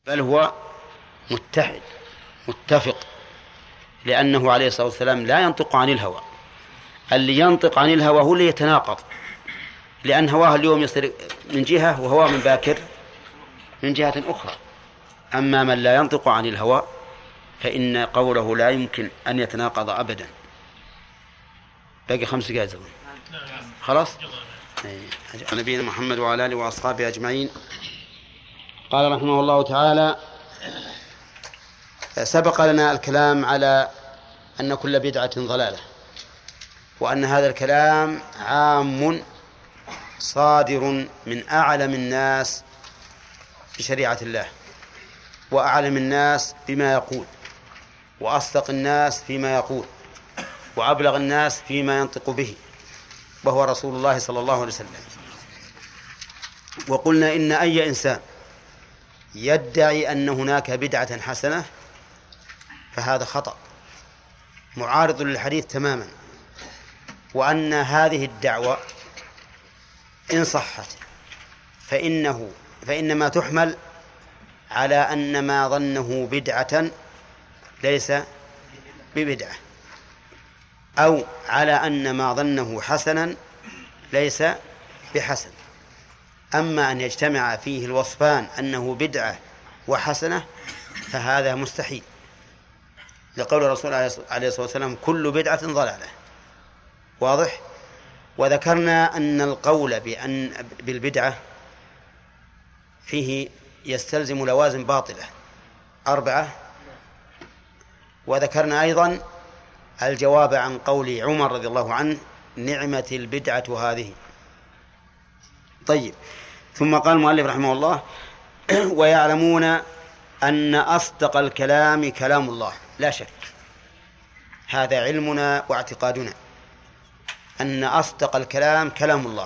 بل هو متفق، لأنه عليه الصلاة والسلام لا ينطق عن الهوى. اللي ينطق عن الهوى هو اللي يتناقض، لأن هواه اليوم يصير من جهة وهواه من باكر من جهة أخرى. أما من لا ينطق عن الهوى فإن قوله لا يمكن أن يتناقض أبدا. باقي 5 دقائق خلاص. نبينا محمد وعلى آله وأصحابه أجمعين. قال رحمه الله تعالى: سبق لنا الكلام على أن كل بدعة ضلالة، وأن هذا الكلام عام صادر من أعلم الناس بشريعة الله، وأعلم الناس بما يقول، وأصدق الناس فيما يقول، وأبلغ الناس فيما ينطق به، وهو رسول الله صلى الله عليه وسلم. وقلنا إن أي إنسان يدعي أن هناك بدعة حسنة فهذا خطأ معارض للحديث تماما، وأن هذه الدعوة إن صحت فإنما تحمل على أن ما ظنه بدعة ليس ببدعة، أو على أن ما ظنه حسنا ليس بحسن. أما أن يجتمع فيه الوصفان أنه بدعة وحسنة فهذا مستحيل، لقول الرسول عليه الصلاة والسلام: كل بدعة ضلالة. واضح؟ وذكرنا أن القول بالبدعة فيه يستلزم لوازم باطلة 4، وذكرنا أيضا الجواب عن قول عمر رضي الله عنه: نعمة البدعة هذه. طيب، ثم قال المؤلف رحمه الله: ويعلمون أن أصدق الكلام كلام الله. لا شك، هذا علمنا واعتقادنا أن أصدق الكلام كلام الله،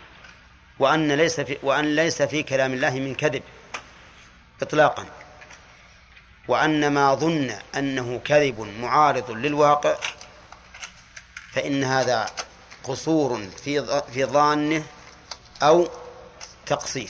وأن ليس في كلام الله من كذب إطلاقا، وأن ما ظن أنه كذب معارض للواقع فإن هذا قصور في ظانه أو تقصير.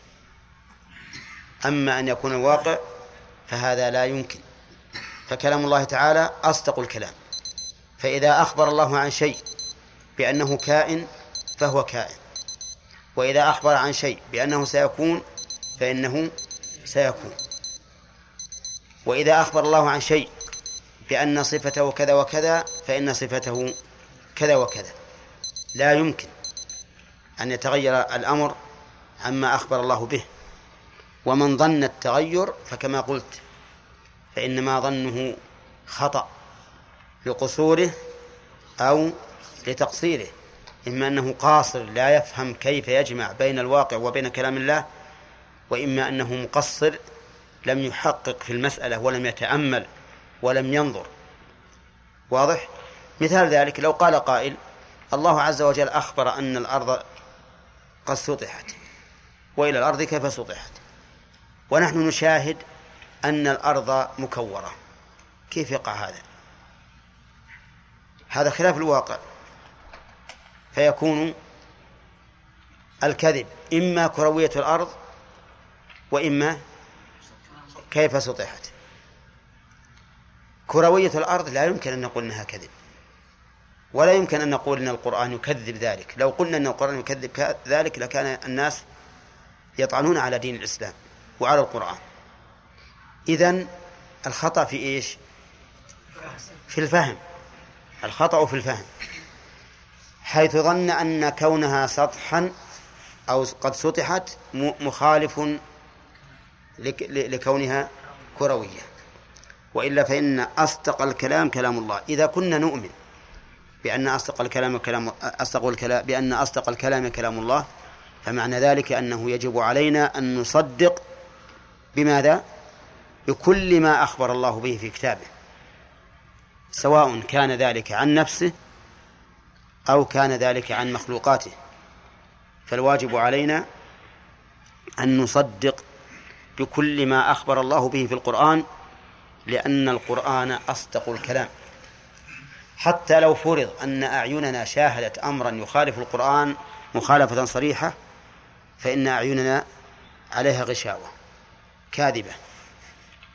أما أن يكون الواقع فهذا لا يمكن، فكلام الله تعالى أصدق الكلام. فإذا أخبر الله عن شيء بأنه كائن فهو كائن، وإذا أخبر عن شيء بأنه سيكون فإنه سيكون، وإذا أخبر الله عن شيء بأن صفته كذا وكذا فإن صفته كذا وكذا. لا يمكن أن يتغير الأمر عما أخبر الله به. ومن ظن التغير فكما قلت فإنما ظنه خطأ لقصوره أو لتقصيره، إما أنه قاصر لا يفهم كيف يجمع بين الواقع وبين كلام الله، وإما أنه مقصر لم يحقق في المسألة ولم يتأمل ولم ينظر. واضح؟ مثال ذلك لو قال قائل: الله عز وجل أخبر أن الأرض قد سطحت، وإلى الأرض كيف سطحت، ونحن نشاهد أن الأرض مكورة، كيف يقع هذا؟ هذا خلاف الواقع، فيكون الكذب إما كروية الأرض وإما كيف سطحت. كروية الأرض لا يمكن أن نقول أنها كذب، ولا يمكن أن نقول أن القرآن يكذب ذلك. لو قلنا أن القرآن يكذب ذلك لكان الناس يطعنون على دين الإسلام وعلى القرآن. إذن الخطأ في إيش؟ في الفهم. الخطأ في الفهم، حيث ظن أن كونها سطحا أو قد سطحت مخالف لكونها كروية، وإلا فإن أصدق الكلام كلام الله. إذا كنا نؤمن بأن أصدق الكلام كلام الله، فمعنى ذلك أنه يجب علينا أن نصدق بماذا؟ بكل ما أخبر الله به في كتابه، سواء كان ذلك عن نفسه أو كان ذلك عن مخلوقاته. فالواجب علينا أن نصدق بكل ما أخبر الله به في القرآن، لأن القرآن أصدق الكلام. حتى لو فرض أن أعيننا شاهدت أمرا يخالف القرآن مخالفة صريحة، فإن أعيننا عليها غشاوة كاذبة،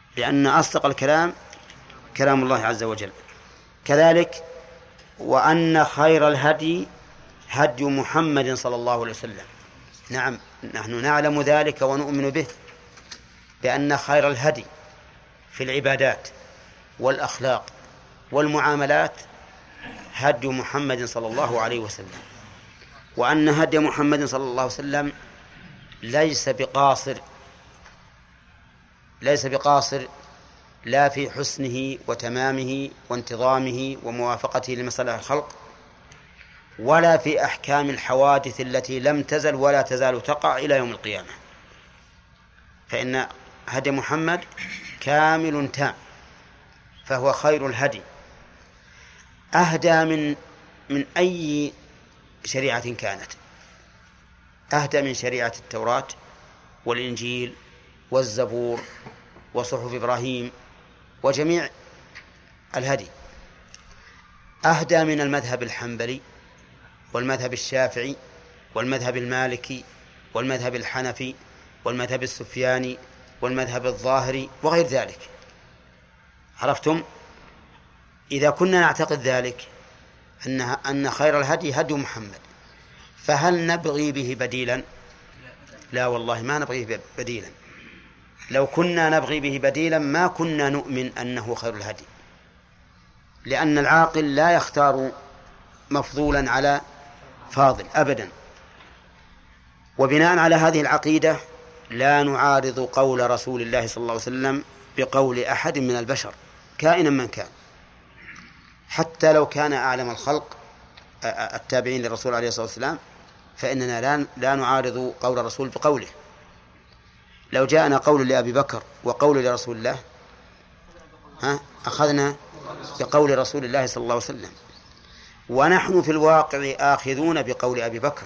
لأن أصدق الكلام كلام الله عز وجل. كذلك وأن خير الهدي هدي محمد صلى الله عليه وسلم. نعم، نحن نعلم ذلك ونؤمن به، بأن خير الهدي في العبادات والأخلاق والمعاملات هدي محمد صلى الله عليه وسلم، وأن هدي محمد صلى الله عليه وسلم ليس بقاصر لا في حسنه وتمامه وانتظامه وموافقته لمصالح الخلق، ولا في أحكام الحوادث التي لم تزل ولا تزال تقع إلى يوم القيامة، فإن هدي محمد كامل تام، فهو خير الهدي، أهدى من أي شريعة كانت، أهدى من شريعة التوراة والإنجيل والزبور وصحف إبراهيم وجميع الهدي، أهدى من المذهب الحنبلي والمذهب الشافعي والمذهب المالكي والمذهب الحنفي والمذهب السفياني والمذهب الظاهري وغير ذلك. عرفتم؟ إذا كنا نعتقد ذلك أن خير الهدي هدي محمد، فهل نبغي به بديلا؟ لا والله ما نبغيه بديلا. لو كنا نبغي به بديلا ما كنا نؤمن أنه خير الهدي، لأن العاقل لا يختار مفضولا على فاضل أبدا. وبناء على هذه العقيدة لا نعارض قول رسول الله صلى الله عليه وسلم بقول أحد من البشر كائنا من كان، حتى لو كان أعلم الخلق التابعين للرسول عليه الصلاة والسلام، فإننا لا نعارض قول الرسول بقوله. لو جاءنا قول لأبي بكر وقول لرسول الله أخذنا بقول رسول الله صلى الله عليه وسلم، ونحن في الواقع آخذون بقول أبي بكر،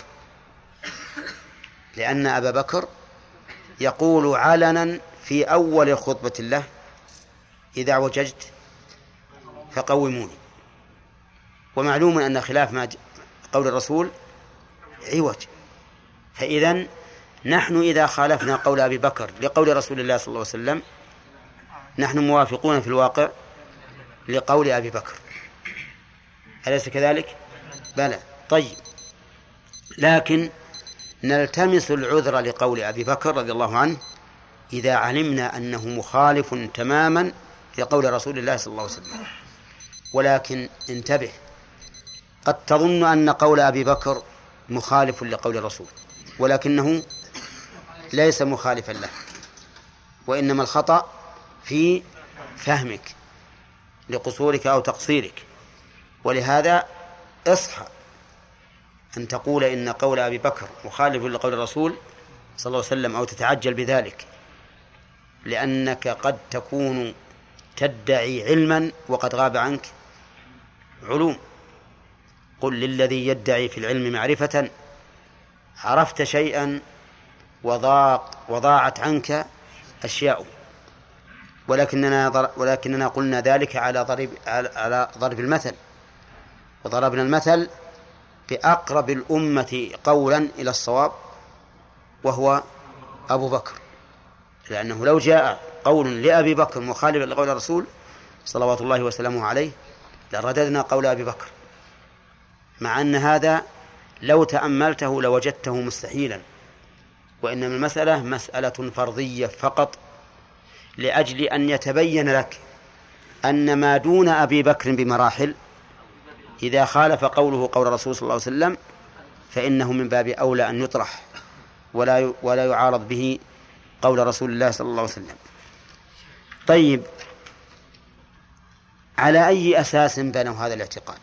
لأن أبا بكر يقول علنا في أول خطبة له: إذا اعوججت فقوموني. ومعلوم أن خلاف ما قول الرسول عوج، فإذن نحن إذا خالفنا قول أبي بكر لقول رسول الله صلى الله عليه وسلم نحن موافقون في الواقع لقول أبي بكر، أليس كذلك؟ بلى. طيب، لكن نلتمس العذر لقول أبي بكر رضي الله عنه إذا علمنا أنه مخالف تماما لقول رسول الله صلى الله عليه وسلم. ولكن انتبه، قد تظن أن قول أبي بكر مخالف لقول الرسول، ولكنه ليس مخالفا له، وإنما الخطأ في فهمك لقصورك أو تقصيرك. ولهذا اصحى أن تقول إن قول أبي بكر مخالف لقول الرسول صلى الله عليه وسلم أو تتعجل بذلك، لأنك قد تكون تدعي علما وقد غاب عنك علوم. قل للذي يدعي في العلم معرفة عرفت شيئا وضاعت عنك أشياء. ولكننا قلنا ذلك على ضرب المثل، وضربنا المثل بأقرب الأمة قولا إلى الصواب وهو أبو بكر، لأنه لو جاء قول لأبي بكر مخالف لقول الرسول صلوات الله وسلامه عليه لرددنا قول أبي بكر، مع أن هذا لو تأملته لوجدته مستحيلا. وإنما المسألة مسألة فرضية فقط، لأجل أن يتبين لك أن ما دون أبي بكر بمراحل إذا خالف قوله قول الرسول صلى الله عليه وسلم فإنه من باب أولى أن يطرح ولا يعارض به قول رسول الله صلى الله عليه وسلم. طيب، على أي أساس بنوا هذا الاعتقاد؟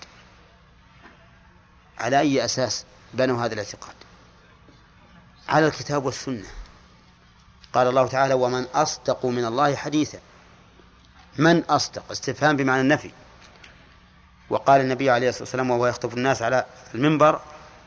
على أي أساس بنوا هذا الاعتقاد؟ على الكتاب والسنة. قال الله تعالى: ومن أصدق من الله حديثا. من أصدق؟ استفهام بمعنى النفي. وقال النبي عليه الصلاة والسلام وهو يخطب الناس على المنبر: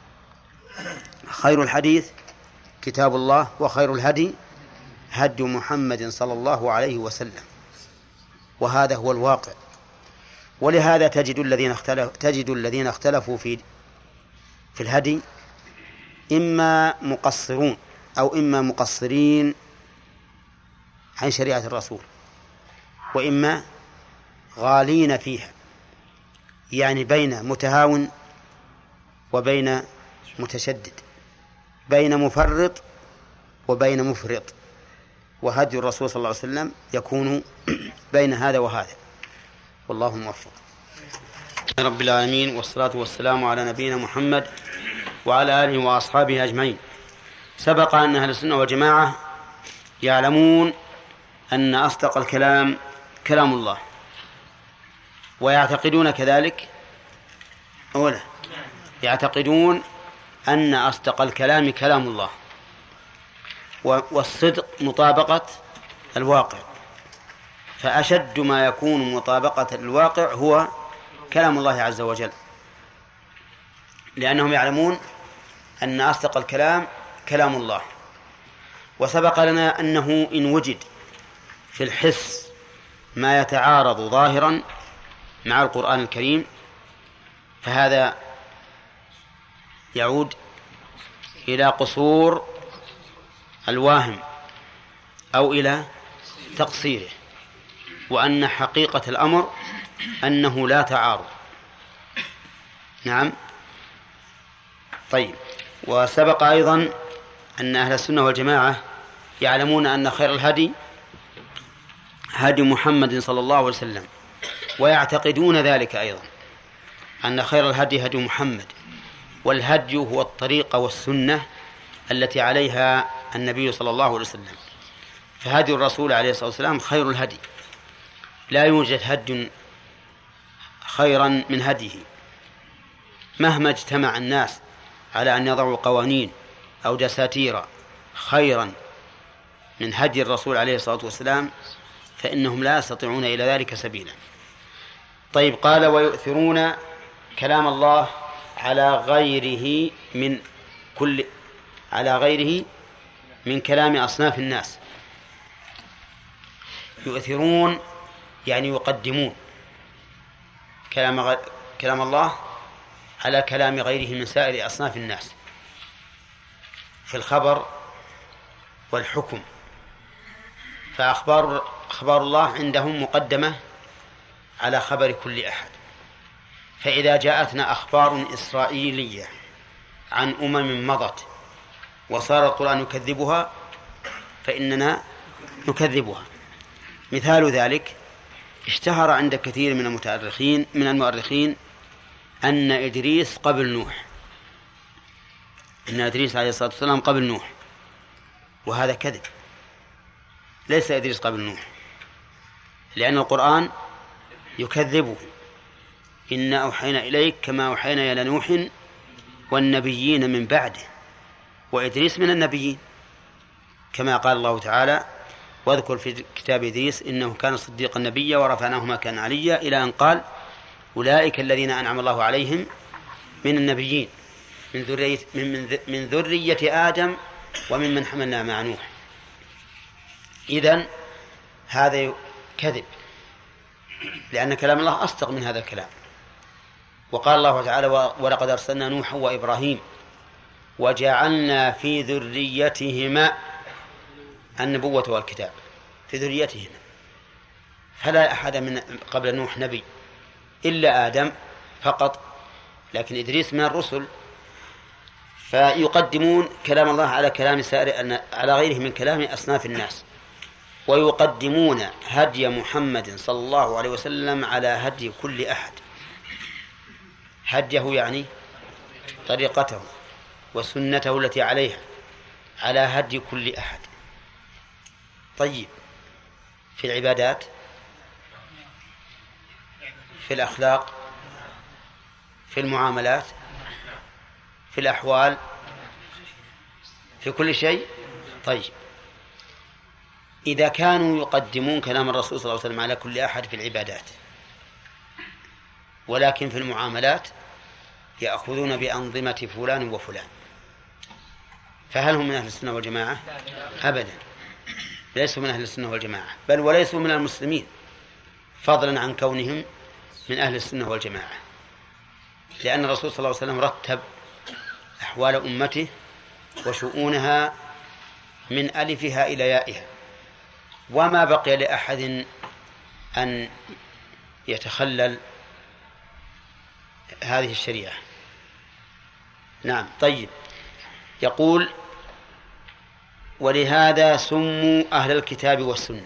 خير الحديث كتاب الله وخير الهدي هدي محمد صلى الله عليه وسلم. وهذا هو الواقع. ولهذا تجد الذين اختلفوا في الهدي إما مقصرون أو إما مقصرين عن شريعة الرسول وإما غالين فيها، يعني بين متهاون وبين متشدد، بين مفرط وبين مفرط، وهدي الرسول صلى الله عليه وسلم يكون بين هذا وهذا، والله موفق. رب العالمين، والصلاة والسلام على نبينا محمد وعلى آله وأصحابه أجمعين. سبق أن أهل السنة والجماعة يعلمون أن أصدق الكلام كلام الله، ويعتقدون كذلك أولا يعتقدون أن أصدق الكلام كلام الله، والصدق مطابقة الواقع، فأشد ما يكون مطابقة الواقع هو كلام الله عز وجل، لأنهم يعلمون أن أصدق الكلام كلام الله. وسبق لنا أنه إن وجد في الحس ما يتعارض ظاهرا مع القرآن الكريم فهذا يعود إلى قصور الواهم أو إلى تقصيره، وأن حقيقة الأمر أنه لا تعارض. نعم. طيب، وسبق أيضا أن أهل السنة والجماعة يعلمون أن خير الهدي هدي محمد صلى الله عليه وسلم، ويعتقدون ذلك أيضا أن خير الهدي هدي محمد، والهدي هو الطريقة والسنة التي عليها النبي صلى الله عليه وسلم، فهدي الرسول عليه الصلاة والسلام خير الهدي، لا يوجد هدي خيرا من هديه، مهما اجتمع الناس على أن يضعوا قوانين أو دساتير خيرا من هدي الرسول عليه الصلاة والسلام فإنهم لا يستطيعون إلى ذلك سبيلا. طيب، قال ويؤثرون كلام الله على غيره من كلام أصناف الناس. يؤثرون يعني يقدمون كلام الله على كلام غيره من سائر أصناف الناس في الخبر والحكم، فأخبار الله عندهم مقدمة على خبر كل أحد. فإذا جاءتنا أخبار إسرائيلية عن مضت وصار القرآن يكذبها فإننا نكذبها. مثال ذلك اشتهر عند كثير من المؤرخين أن إدريس قبل نوح، أن إدريس عليه الصلاة والسلام قبل نوح، وهذا كذب، ليس إدريس قبل نوح، لأن القرآن يكذبه. إنا أوحينا إليك كما أوحينا إلى نوح والنبيين من بعده، وإدريس من النبيين، كما قال الله تعالى واذكر في كتاب إدريس إنه كان صديقا نبيا ورفعناه مكانا عليا، إلى أن قال أولئك الذين أنعم الله عليهم من النبيين من ذرية آدم ومن من حملنا مع نوح. إذن هذا كذب، لأن كلام الله أصدق من هذا الكلام. وقال الله تعالى ولقد أرسلنا نوحا وإبراهيم وجعلنا في ذريتهما النبوة والكتاب، في ذريتهما، فلا أحد من قبل نوح نبي إلا آدم فقط، لكن إدريس من الرسل. فيقدمون كلام الله على كلام على غيره من كلام أصناف الناس، ويقدمون هدي محمد صلى الله عليه وسلم على هدي كل أحد. هديه يعني طريقته وسنته التي عليها على هدي كل أحد. طيب، في العبادات، في الأخلاق، في المعاملات، في الأحوال، في كل شيء. طيب، إذا كانوا يقدمون كلام الرسول صلى الله عليه وسلم على كل أحد في العبادات، ولكن في المعاملات يأخذون بأنظمة فلان وفلان، فهل هم من أهل السنة والجماعة؟ أبدا، ليسوا من أهل السنة والجماعة، بل وليسوا من المسلمين، فضلا عن كونهم من أهل السنة والجماعة، لأن الرسول صلى الله عليه وسلم رتب أحوال أمته وشؤونها من ألفها إلى يائها، وما بقي لأحد أن يتخلل هذه الشريعة. نعم. طيب، يقول: ولهذا سموا أهل الكتاب والسنة.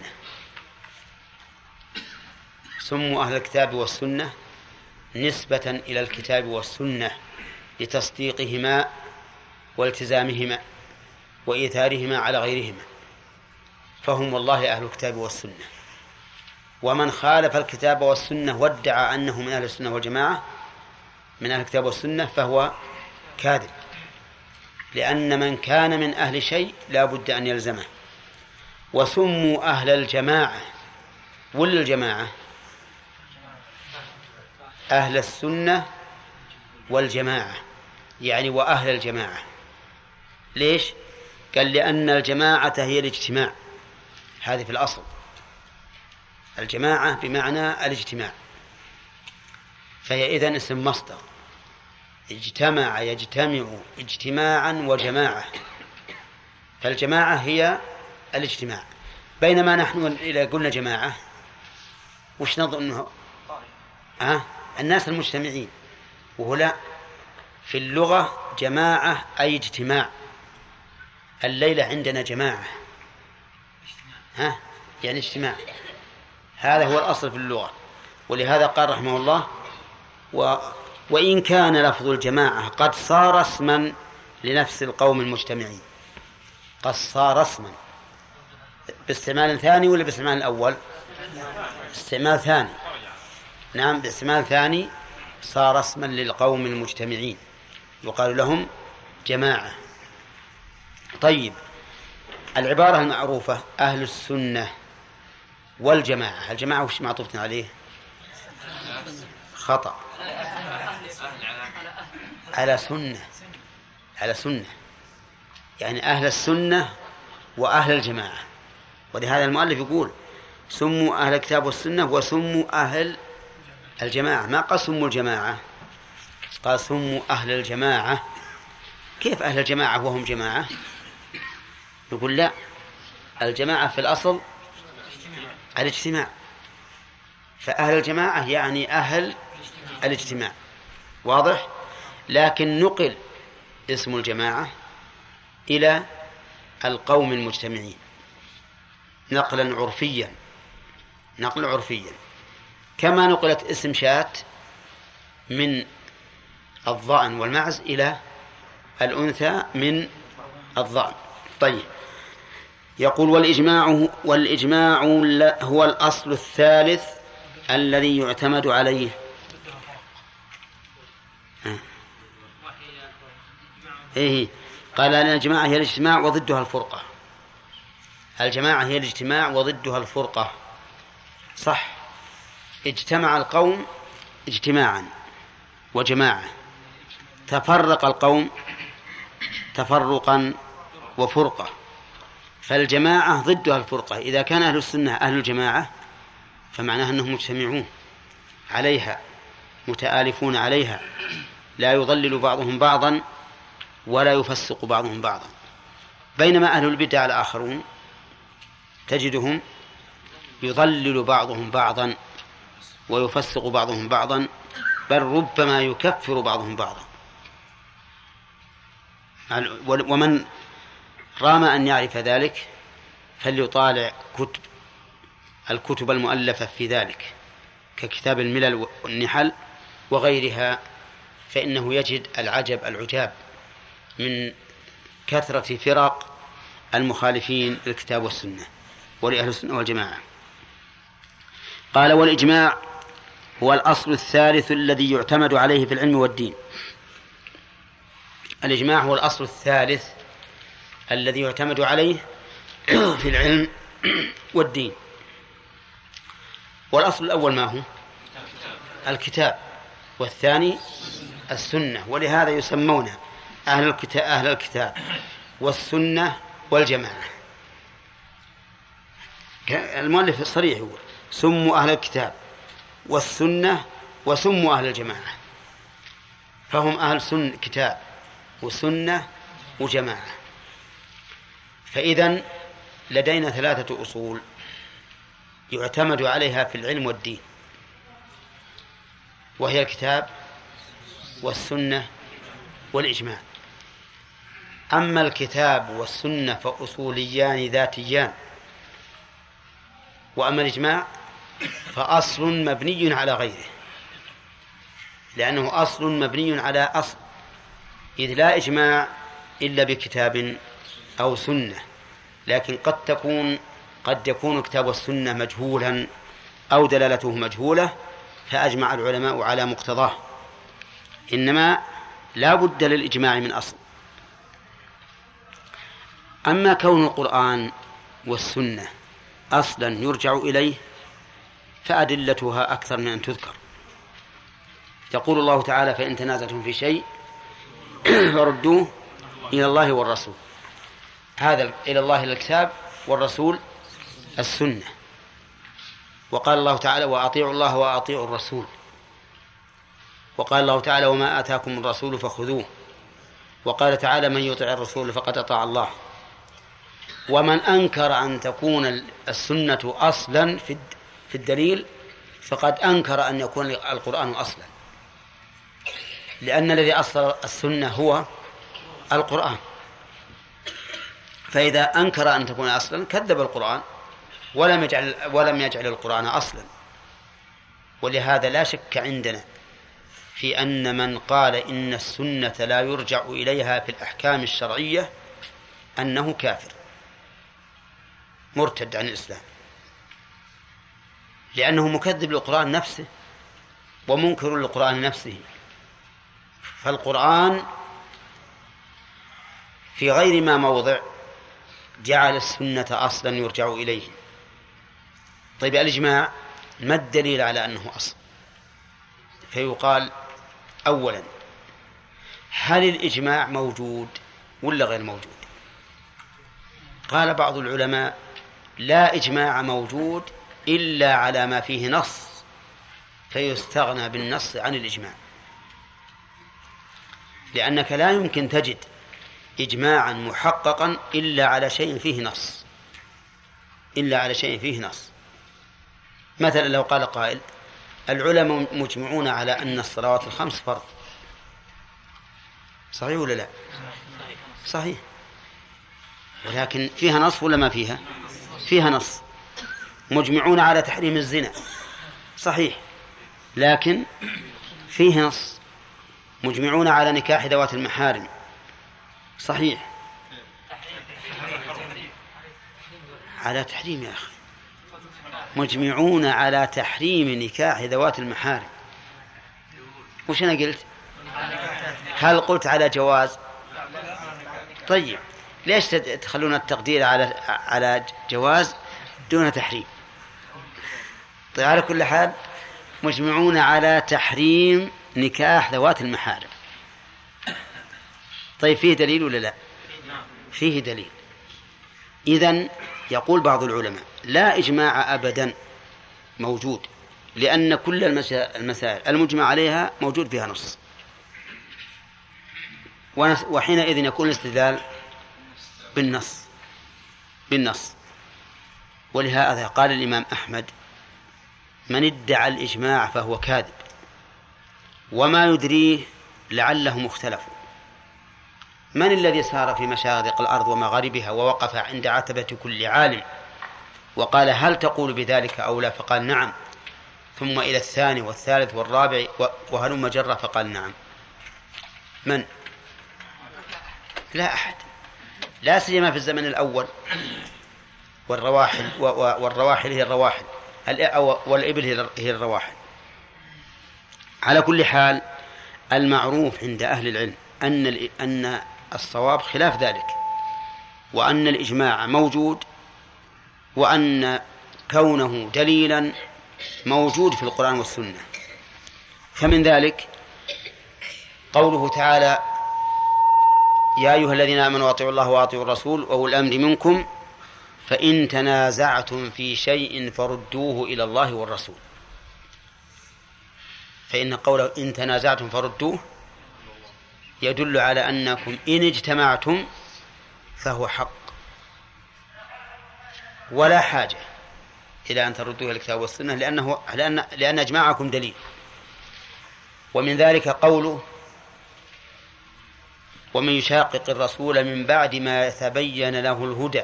سموا أهل الكتاب والسنة نسبة إلى الكتاب والسنة لتصديقهما والتزامهما وإيثارهما على غيرهما، فهم والله أهل الكتاب والسنة. ومن خالف الكتاب والسنة وادعى أنه من أهل السنة والجماعة من أهل الكتاب والسنة فهو كاذب، لأن من كان من أهل شيء لا بد أن يلزمه. وسموا أهل الجماعة، ولا الجماعة أهل السنة والجماعة، يعني وأهل الجماعة. ليش؟ قال: لأن الجماعة هي الاجتماع، هذه في الأصل الجماعة بمعنى الاجتماع، فهي إذن اسم مصدر، اجتمع يجتمع اجتماعا وجماعة، فالجماعة هي الاجتماع. بينما نحن إذا قلنا جماعة وش نظن؟ الناس المجتمعين، وهو في اللغة جماعة أي اجتماع. الليلة عندنا جماعة، يعني اجتماع، هذا هو الأصل في اللغة. ولهذا قال رحمه الله: وإن كان لفظ الجماعة قد صار اسما لنفس القوم المجتمعين. قد صار اسما باستعمال ثاني ولا باستعمال الأول؟ استعمال ثاني. نعم، باستعمال ثاني صار اسما للقوم المجتمعين، يقال لهم جماعة. طيب، العبارة المعروفة أهل السنة والجماعة، الجماعة وش معطوف عليه؟ خطأ، على سنة، على سنة، يعني أهل السنة وأهل الجماعة. ولهذا المؤلف يقول: سموا أهل الكتاب والسنة وسموا أهل الجماعة، ما قال سموا الجماعة، قال سموا أهل الجماعة. كيف أهل الجماعة وهم جماعة؟ يقول: لا، الجماعة في الأصل الاجتماع، فأهل الجماعة يعني أهل الاجتماع، واضح؟ لكن نقل اسم الجماعة إلى القوم المجتمعين نقلا عرفيا، نقل عرفيا، كما نقلت اسم شاة من الضأن والمعز إلى الأنثى من الضأن. طيب، يقول: والإجماع هو الأصل الثالث الذي يعتمد عليه. قال أن الجماعة هي الاجتماع وضدها الفرقة. الجماعة هي الاجتماع وضدها الفرقة، صح. اجتمع القوم اجتماعا وجماعة، تفرق القوم تفرقا وفرقة، فالجماعة ضدها الفرقة. إذا كان أهل السنة أهل الجماعة فمعناها أنهم مجتمعون عليها متآلفون عليها، لا يضلل بعضهم بعضا ولا يفسق بعضهم بعضا. بينما أهل البدع الآخرون تجدهم يضلل بعضهم بعضا ويفسق بعضهم بعضا، بل ربما يكفر بعضهم بعضا. ومن رام أن يعرف ذلك فليطالع الكتب المؤلفة في ذلك ككتاب الملل والنحل وغيرها، فإنه يجد العجاب من كثرة فرق المخالفين للكتاب والسنة ولأهل السنة والجماعة. قال: والإجماع هو الأصل الثالث الذي يعتمد عليه في العلم والدين. الإجماع هو الأصل الثالث الذي يعتمد عليه في العلم والدين. والأصل الأول ما هو؟ الكتاب، والثاني السنة. ولهذا يسمون أهل الكتاب والسنة والجماعة. المؤلف الصريح هو: سموا أهل الكتاب والسنة وسموا أهل الجماعة، فهم أهل كتاب وسنة وجماعة. فإذن لدينا 3 أصول: يعتمد عليها في العلم والدين، وهي الكتاب والسنة والإجماع. أما الكتاب والسنة فأصوليان ذاتيان، وأما الإجماع فأصل مبني على غيره، لأنه أصل مبني على أصل، إذ لا إجماع إلا بكتاب أو سنة، لكن قد يكون كتاب والسنة مجهولا أو دلالته مجهولة فأجمع العلماء على مقتضاه، إنما لا بد للإجماع من أصل. أما كون القرآن والسنة أصلا يرجع إليه فأدلتها أكثر من أن تذكر. يقول الله تعالى: فإن تنازعتم في شيء فردوه إلى الله والرسول. هذا إلى الله الكتاب، والرسول السنة. وقال الله تعالى: وأطيعوا الله وأطيعوا الرسول. وقال الله تعالى: وما آتاكم الرسول فخذوه. وقال تعالى: من يطع الرسول فقد أطاع الله. ومن أنكر أن تكون السنة أصلا في الدليل فقد أنكر أن يكون القرآن أصلا، لأن الذي أصل السنة هو القرآن، فإذا أنكر أن تكون أصلا كذب القرآن ولم يجعل القرآن أصلا. ولهذا لا شك عندنا في أن من قال إن السنة لا يرجع إليها في الأحكام الشرعية أنه كافر مرتد عن الإسلام، لأنه مكذب للقرآن نفسه ومنكر للقرآن نفسه. فالقرآن في غير ما موضع جعل السنة أصلا يرجع إليه. طيب الإجماع ما الدليل على أنه أصل؟ فيقال: أولا، هل الإجماع موجود ولا غير موجود؟ قال بعض العلماء: لا إجماع موجود إلا على ما فيه نص، فيستغنى بالنص عن الإجماع، لأنك لا يمكن تجد إجماعا محققا إلا على شيء فيه نص. مثلا لو قال قائل: العلماء مجمعون على أن الصلوات الخمس فرض، صحيح ولا لا؟ صحيح، ولكن فيها نص ولا ما فيها؟ فيها نص. مجمعون على تحريم الزنا، صحيح، لكن فيه نص. مجمعون على نكاح ذوات المحارم، صحيح، على تحريم، يا أخي، مجمعون على تحريم نكاح ذوات المحارم. وش أنا قلت؟ هل قلت على جواز؟ طيب ليش تخلون التقدير على جواز دون تحريم؟ طيب على كل حال مجمعون على تحريم نكاح ذوات المحارم. طيب فيه دليل ولا لا؟ فيه دليل. إذن يقول بعض العلماء: لا إجماع أبدا موجود، لأن كل المسائل المجمع عليها موجود فيها نص، وحينئذ يكون الاستدلال بالنص. ولهذا قال الإمام أحمد: من ادعى الإجماع فهو كاذب، وما يدريه لعلهم اختلفوا. من الذي سار في مشارق الأرض ومغاربها ووقف عند عتبة كل عالم وقال: هل تقول بذلك أو لا؟ فقال: نعم. ثم إلى الثاني والثالث والرابع وهلم جرة فقال: نعم. من؟ لا أحد، لا سيما في الزمن الأول. والرواحل هي الرواحل، والإبل هي الرواحل. على كل حال المعروف عند أهل العلم أن الصواب خلاف ذلك، وأن الإجماع موجود، وأن كونه دليلا موجود في القرآن والسنة. فمن ذلك قوله تعالى: يا أيها الذين آمنوا أطيعوا الله وأطيعوا الرسول وأولي الأمر منكم فإن تنازعتم في شيء فردوه إلى الله والرسول. فإن قوله إن تنازعتم فردوه يدل على أنكم إن اجتمعتم فهو حق، ولا حاجة إلى أن تردوه إلى الكتاب والسنة لأن إجماعكم دليل. ومن ذلك قوله: ومن يشاقق الرسول من بعد ما يتبين له الهدى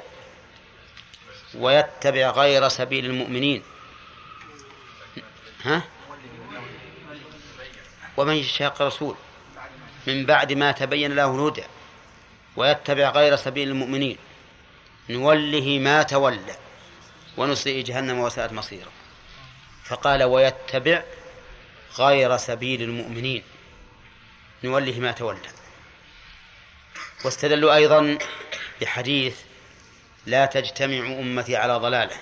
ويتبع غير سبيل المؤمنين. ومن يشاقق الرسول من بعد ما تبين له الهدى ويتبع غير سبيل المؤمنين نوله ما تولى ونصليه جهنم وساءت مصيره. فقال: ويتبع غير سبيل المؤمنين نوله ما تولى. واستدلوا أيضا بحديث: لا تجتمع أمتي على ضلالة،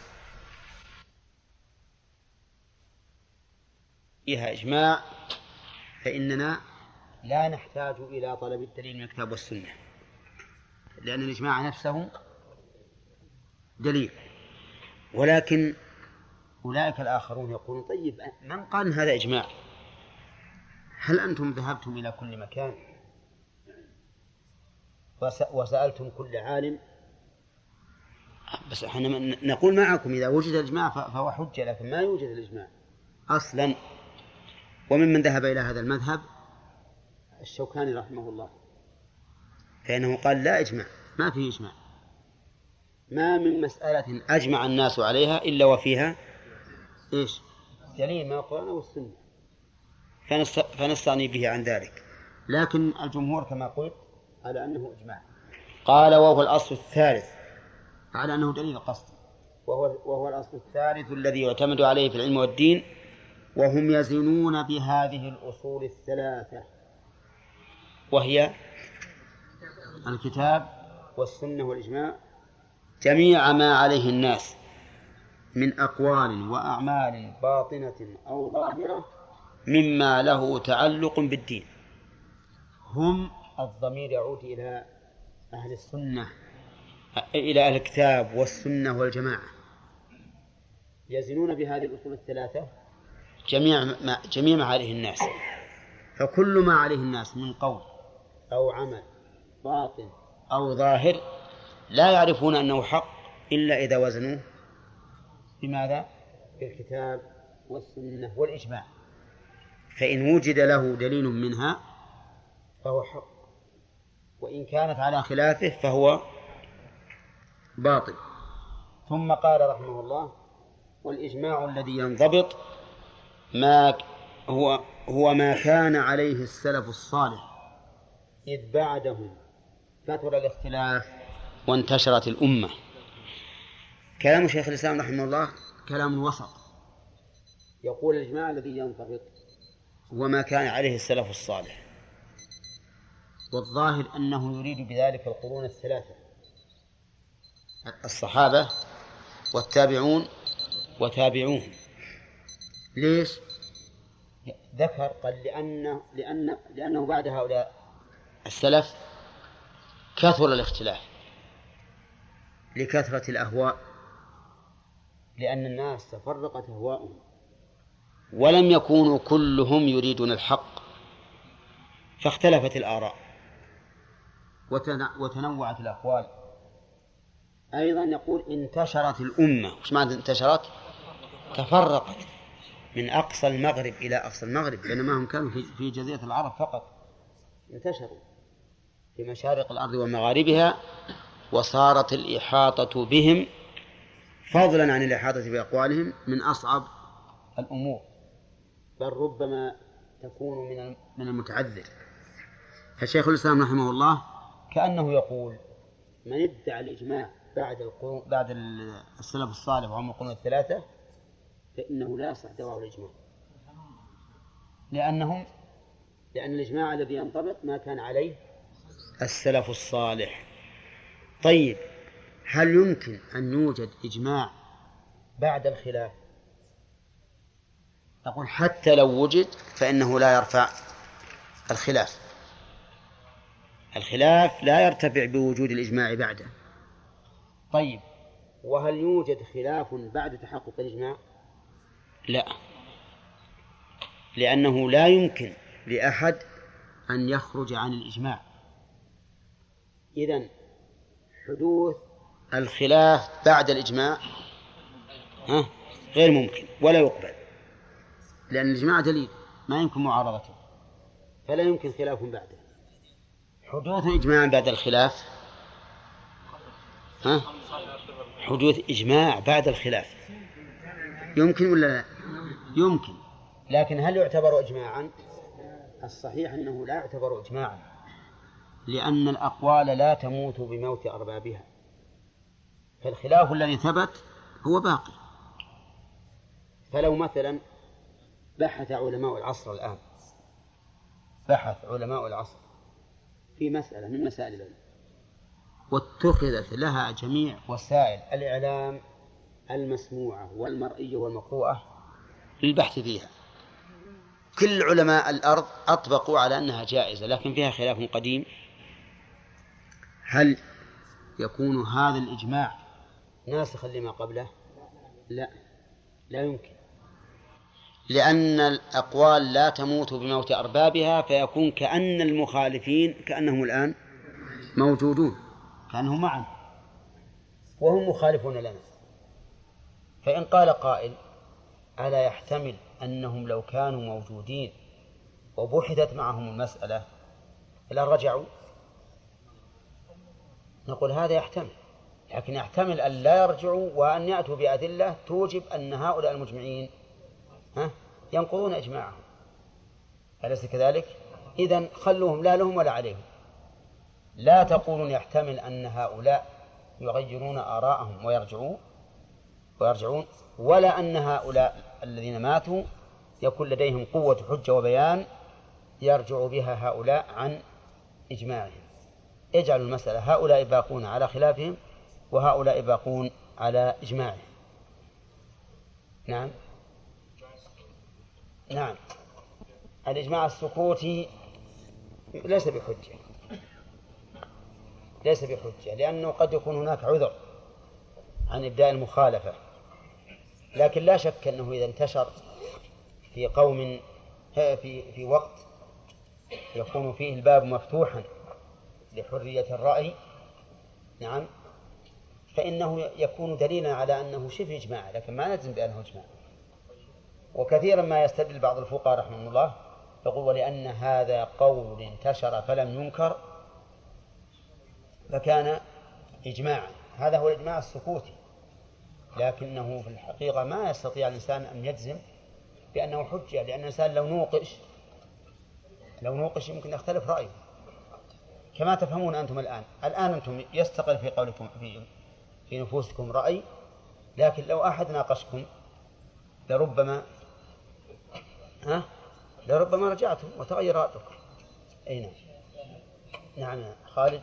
فيها إجماع، فإننا لا نحتاج إلى طلب الدليل من الكتاب والسنة، لأن الإجماع نفسه دليل. ولكن أولئك الآخرون يقولون: طيب، من قال هذا إجماع؟ هل أنتم ذهبتم إلى كل مكان وسألتم كل عالم؟ بس احنا نقول معكم إذا وجد الإجماع فهو حجة، لكن ما يوجد الإجماع أصلا. وممن ذهب إلى هذا المذهب الشوكاني رحمه الله، فإنه قال: لا إجماع، ما فيه إجماع، ما من مسألة أجمع الناس عليها إلا وفيها إيش؟ دليل من القرآن والسنة، فنستغني به عن ذلك. لكن الجمهور كما قلت على أنه إجماع. قال: وهو الأصل الثالث، على أنه دليل القصد، وهو الأصل الثالث الذي يعتمد عليه في العلم والدين، وهم يزنون بهذه الأصول الثلاثة، وهي الكتاب والسنة والإجماع، جميع ما عليه الناس من أقوال وأعمال باطنة أو ظاهرة مما له تعلق بالدين. هم الضمير يعود إلى أهل السنة، إلى أهل الكتاب والسنة والجماعة، يزنون بهذه الأصول الثلاثة جميع ما عليه الناس. فكل ما عليه الناس من قول أو عمل باطن أو ظاهر لا يعرفون أنه حق إلا إذا وزنوه بماذا؟ بالكتاب والسنة والإجماع. فإن وجد له دليل منها فهو حق، وإن كانت على خلافه فهو باطل. ثم قال رحمه الله: والإجماع الذي ينضبط ما هو ما كان عليه السلف الصالح، إذ بعدهم كثر الاختلاف وانتشرت الأمة. كلام شيخ الإسلام رحمه الله كلام وسط، يقول: الإجماع الذي ينضبط هو ما كان عليه السلف الصالح، والظاهر أنه يريد بذلك القرون الثلاثة: الصحابة والتابعون وتابعوهم. ليش؟ ذكر قال: لأنه بعد هؤلاء السلف كثر الاختلاف لكثرة الأهواء، لأن الناس تفرقت أهواؤهم ولم يكونوا كلهم يريدون الحق، فاختلفت الآراء وتنوعت الأقوال. أيضا يقول: انتشرت الأمة. وش معنى انتشرت؟ تفرقت من أقصى المغرب إلى أقصى المغرب، بينما هم كانوا في جزيرة العرب فقط، انتشروا في مشارق الأرض ومغاربها، وصارت الإحاطة بهم فضلا عن الإحاطة بأقوالهم من أصعب الأمور، بل ربما تكون من المتعذر. فشيخ الإسلام رحمه الله كأنه يقول: من ادعى الإجماع بعد السلف الصالح وهم القرون الثلاثة فإنه لا يصح دعواه الإجماع، لأن الإجماع الذي ينطبق ما كان عليه السلف الصالح. طيب، هل يمكن أن يوجد إجماع بعد الخلاف؟ نقول: حتى لو وجد فإنه لا يرفع الخلاف لا يرتفع بوجود الإجماع بعده. طيب، وهل يوجد خلاف بعد تحقق الإجماع؟ لا، لأنه لا يمكن لأحد أن يخرج عن الإجماع. إذن حدوث الخلاف بعد الإجماع غير ممكن ولا يقبل، لأن الإجماع دليل ما يمكن معارضته، فلا يمكن خلاف بعده. حدوث إجماع بعد الخلاف، حدوث إجماع بعد الخلاف يمكن ولا لا؟ يمكن، لكن هل يعتبر إجماعا؟ الصحيح أنه لا يعتبر إجماعا، لأن الأقوال لا تموت بموت أربابها، فالخلاف الذي ثبت هو باقي. فلو مثلا بحث علماء العصر الآن، بحث علماء العصر في مسألة من مسائل العلم واتخذت لها جميع وسائل الإعلام المسموعة والمرئية والمقروءة للبحث فيها، كل علماء الأرض أطبقوا على أنها جائزة، لكن فيها خلاف قديم، هل يكون هذا الإجماع ناسخا لما قبله؟ لا، لا يمكن، لأن الأقوال لا تموت بموت أربابها، فيكون كأن المخالفين كأنهم الآن موجودون، كأنهم معا وهم مخالفون لنا. فإن قال قائل ألا يحتمل أنهم لو كانوا موجودين وبحثت معهم المسألة لا رجعوا؟ نقول هذا يحتمل، لكن يحتمل أن لا يرجعوا وأن يأتوا بأدلة توجب أن هؤلاء المجمعين ينقضون إجماعهم، أليس كذلك؟ إذن خلوهم، لا لهم ولا عليهم. لا تقولون يحتمل أن هؤلاء يغيرون آراءهم ويرجعون، ولا أن هؤلاء الذين ماتوا يكون لديهم قوة حجة وبيان يرجع بها هؤلاء عن إجماعهم. اجعلوا المسألة هؤلاء باقون على خلافهم وهؤلاء باقون على إجماعهم. نعم نعم، الإجماع السكوتي ليس بحجة، لأنه قد يكون هناك عذر عن إبداء المخالفة، لكن لا شك أنه إذا انتشر في قوم في وقت يكون فيه الباب مفتوحا لحرية الرأي، نعم، فإنه يكون دليلا على أنه شبه إجماع، لكن ما نجزم بأنه إجماع. وكثيرا ما يستدل بعض الفقهاء رحمه الله يقول ولأن هذا قول انتشر فلم ينكر فكان إجماعا، هذا هو الإجماع السكوتي، لكنه في الحقيقة ما يستطيع الإنسان أن يجزم بأنه حجة، لأن الإنسان لو نوقش يمكن يختلف رأيه، كما تفهمون أنتم الآن أنتم يستقل في قولكم في نفوسكم رأي، لكن لو أحد ناقشكم لربما رجعتم وتغير رأيكم. أي نعم. نعم خالد.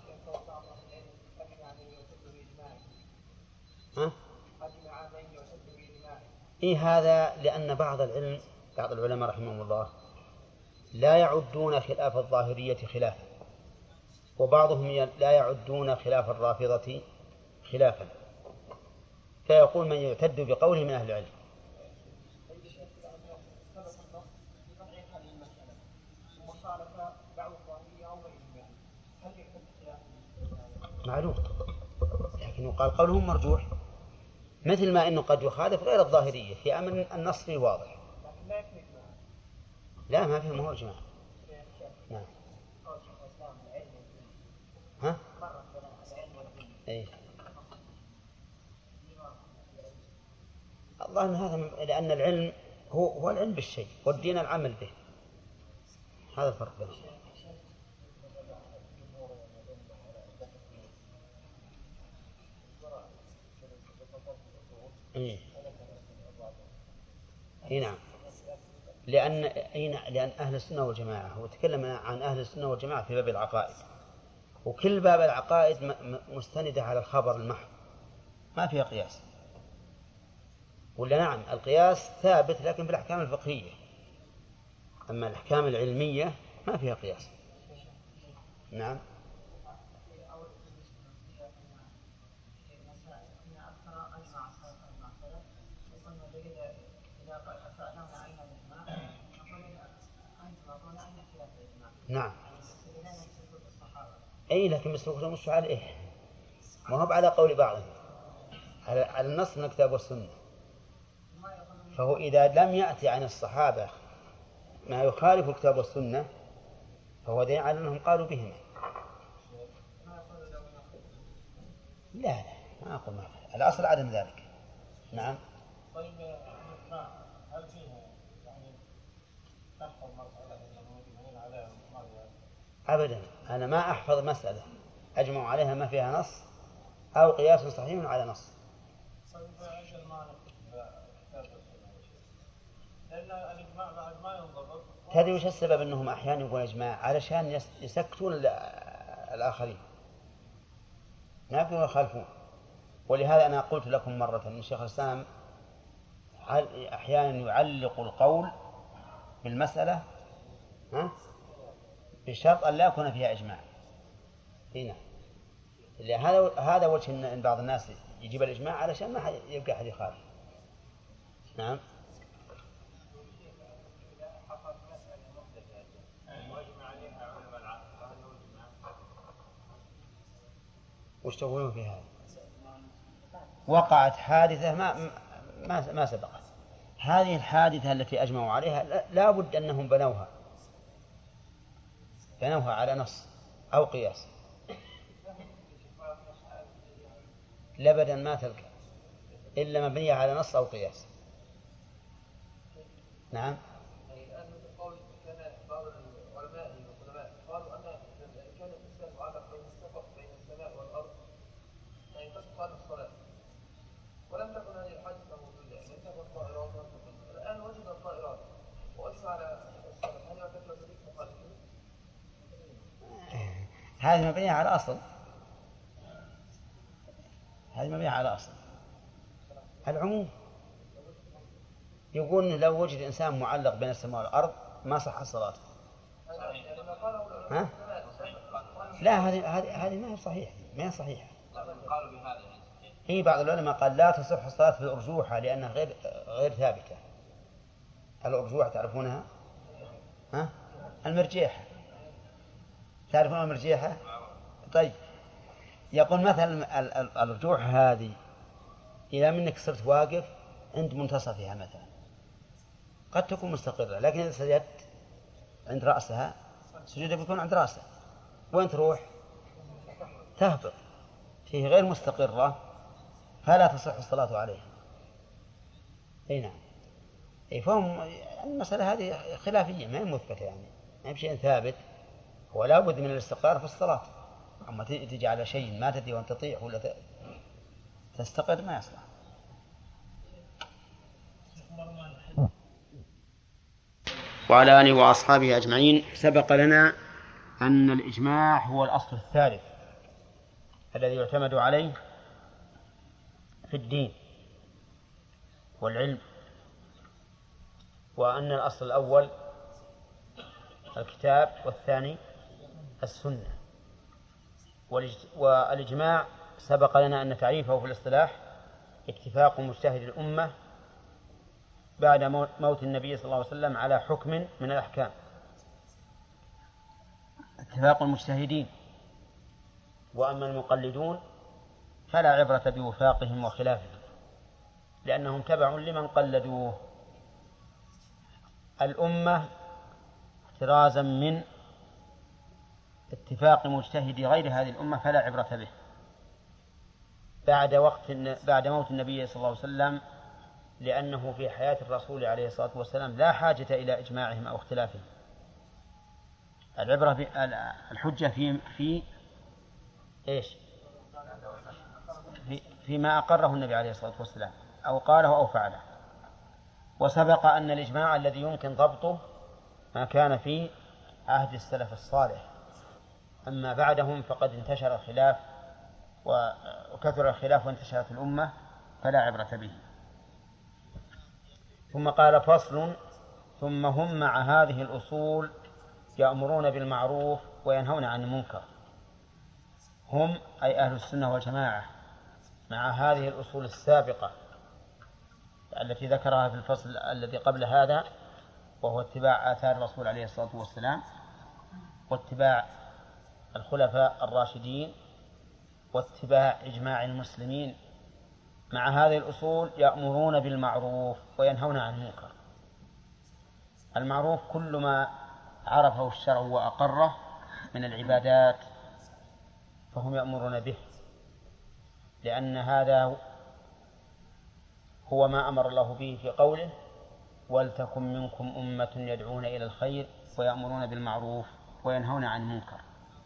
هذا لأن بعض العلماء رحمهم الله لا يعدون خلاف الظاهرية خلافا، وبعضهم لا يعدون خلاف الرافضة خلافا، فيقول من يعتد بقوله من أهل العلم. معلوم، لكن يقال قولهم مرجوح، مثل ما أنه قد يخالف غير الظاهرية في أمر النص فيه واضح. لا ما فيه مهو إجماع. نعم. إيه؟ الله أن هذا لأن العلم هو العلم بالشيء والدين العمل به، هذا الفرق بينهم. نعم، لأن أهل السنة والجماعة، هو تكلم عن أهل السنة والجماعة في باب العقائد، وكل باب العقائد مستندة على الخبر المحض ما فيها قياس، ولا نعم القياس ثابت لكن في الأحكام الفقهية، أما الأحكام العلمية ما فيها قياس. نعم. نعم. أي لكن مسلوكهم مش على ما هو على قول بعضهم، على النص من الكتاب والسنة. فهو إذا لم يأتي عن الصحابة ما يخالف الكتاب والسنة فهو دليل على أنهم قالوا بهما. لا ما أقول ما الأصل عدم ذلك. نعم. طيب هل فيها يعني تحفظ مسألة المجمعين عليها؟ أبدا أنا ما أحفظ مسألة أجمع عليها ما فيها نص أو قياس صحيح على نص. طيب أجل ما كتاب السنة لأن الإجماع بعد ما ينضبط. تدري وش السبب أنهم أحيانا يقولون إجماع؟ علشان يسكتون الآخرين ما يقولون يخالفون. ولهذا أنا قلت لكم مرة أن شيخ الإسلام أحيانا يعلق القول بالمسألة بشرط أن لا يكون فيها إجماع. هنا هذا وجه أن بعض الناس يجيب الإجماع علشان ما يبقى أحد يخالف. نعم. وش تقولون في هذا؟ وقعت حادثة ما سبقت. هذه الحادثة التي أجمعوا عليها لا بد أنهم بنوها على نص أو قياس. لبدا ما تلقى إلا مبنية على نص أو قياس. نعم. الآن قول كان بعض العلماء قالوا أن كان الإنسان معلق بين السقف بين السماء والأرض يعني تسقط الصلاة، ولم تكن هذه الحادثة موجودة، لم تكن الطائرات. الآن وجد الطائرات وأسرع على الصلاة، هل يعتبر ذلك مخالفين؟ هذه مبنية على أصل. العموم يقول لو وجد إنسان معلق بين السماء والأرض ما صح صلاته. ها؟ لا هذه ما هي صحيحة. قالوا بهذا. هي بعض العلماء قال لا تصح الصلاة في الأرجوحة لأنها غير ثابتة. الأرجوحة تعرفونها؟ ها؟ المرجيحة. تعرفون المرجيحة؟ طيب يقول مثلا الأرجوحة هذه إذا منك صرت واقف عند منتصفها مثلا قد تكون مستقرة، لكن إذا سجدت عند رأسها سجودك بيكون عند رأسها، وين تروح؟ تهبط، فيه غير مستقرة فلا تصح الصلاة عليها. أي نعم. فهم المسألة هذه خلافية ما هي مثبتة، يعني ما هي بشيء ثابت، ولا بد من الاستقرار في الصلاة. أما تجي على شيء ما تدري وأن تطيح ولا تستقر ما يصلح. وعلى آله وأصحابه أجمعين. سبق لنا أن الإجماع هو الأصل الثالث الذي يعتمد عليه في الدين والعلم، وأن الأصل الأول الكتاب والثاني السنة. والإجماع سبق لنا أن تعريفه في الاصطلاح اتفاق مجتهد الأمة بعد موت النبي صلى الله عليه وسلم على حكم من الأحكام. اتفاق المجتهدين. وأما المقلدون فلا عبرة بوفاقهم وخلافهم لأنهم تبع لمن قلدوه. الأمة احترازا من اتفاق مجتهد غير هذه الأمة فلا عبرة به بعد موت النبي صلى الله عليه وسلم، لأنه في حياة الرسول عليه الصلاة والسلام لا حاجة إلى إجماعهم أو اختلافهم. العبرة الحجة في إيش؟ فيما أقره النبي عليه الصلاة والسلام أو قاله أو فعله. وسبق أن الإجماع الذي يمكن ضبطه ما كان في عهد السلف الصالح، أما بعدهم فقد انتشر الخلاف وكثر الخلاف وانتشرت الأمة فلا عبرة به. ثم قال فصل: ثم هم مع هذه الأصول يأمرون بالمعروف وينهون عن المنكر. هم أي أهل السنة والجماعة مع هذه الأصول السابقة التي ذكرها في الفصل الذي قبل هذا، وهو اتباع آثار الرسول عليه الصلاة والسلام واتباع الخلفاء الراشدين واتباع إجماع المسلمين مع هذه الأصول يأمرون بالمعروف وينهون عن المنكر. المعروف كل ما عرفه الشرع وأقره من العبادات فهم يأمرون به، لأن هذا هو ما أمر الله به في قوله ولتكن منكم أمة يدعون إلى الخير ويأمرون بالمعروف وينهون عن المنكر.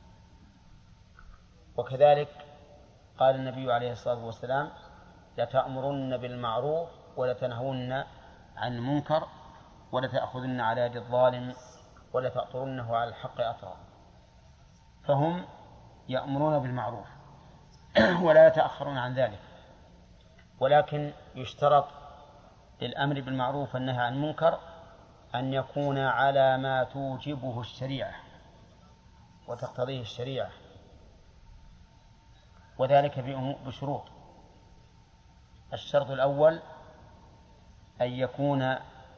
وكذلك قال النبي عليه الصلاة والسلام لتأمرن بالمعروف ولتنهون عن المنكر ولتأخذن على يد الظالم ولتأطرنه على الحق أطرا. فهم يأمرون بالمعروف ولا يتأخرون عن ذلك، ولكن يشترط للأمر بالمعروف والنهي عن المنكر أن يكون على ما توجبه الشريعة وتقتضيه الشريعة، وذلك بشروط. الشرط الأول أن يكون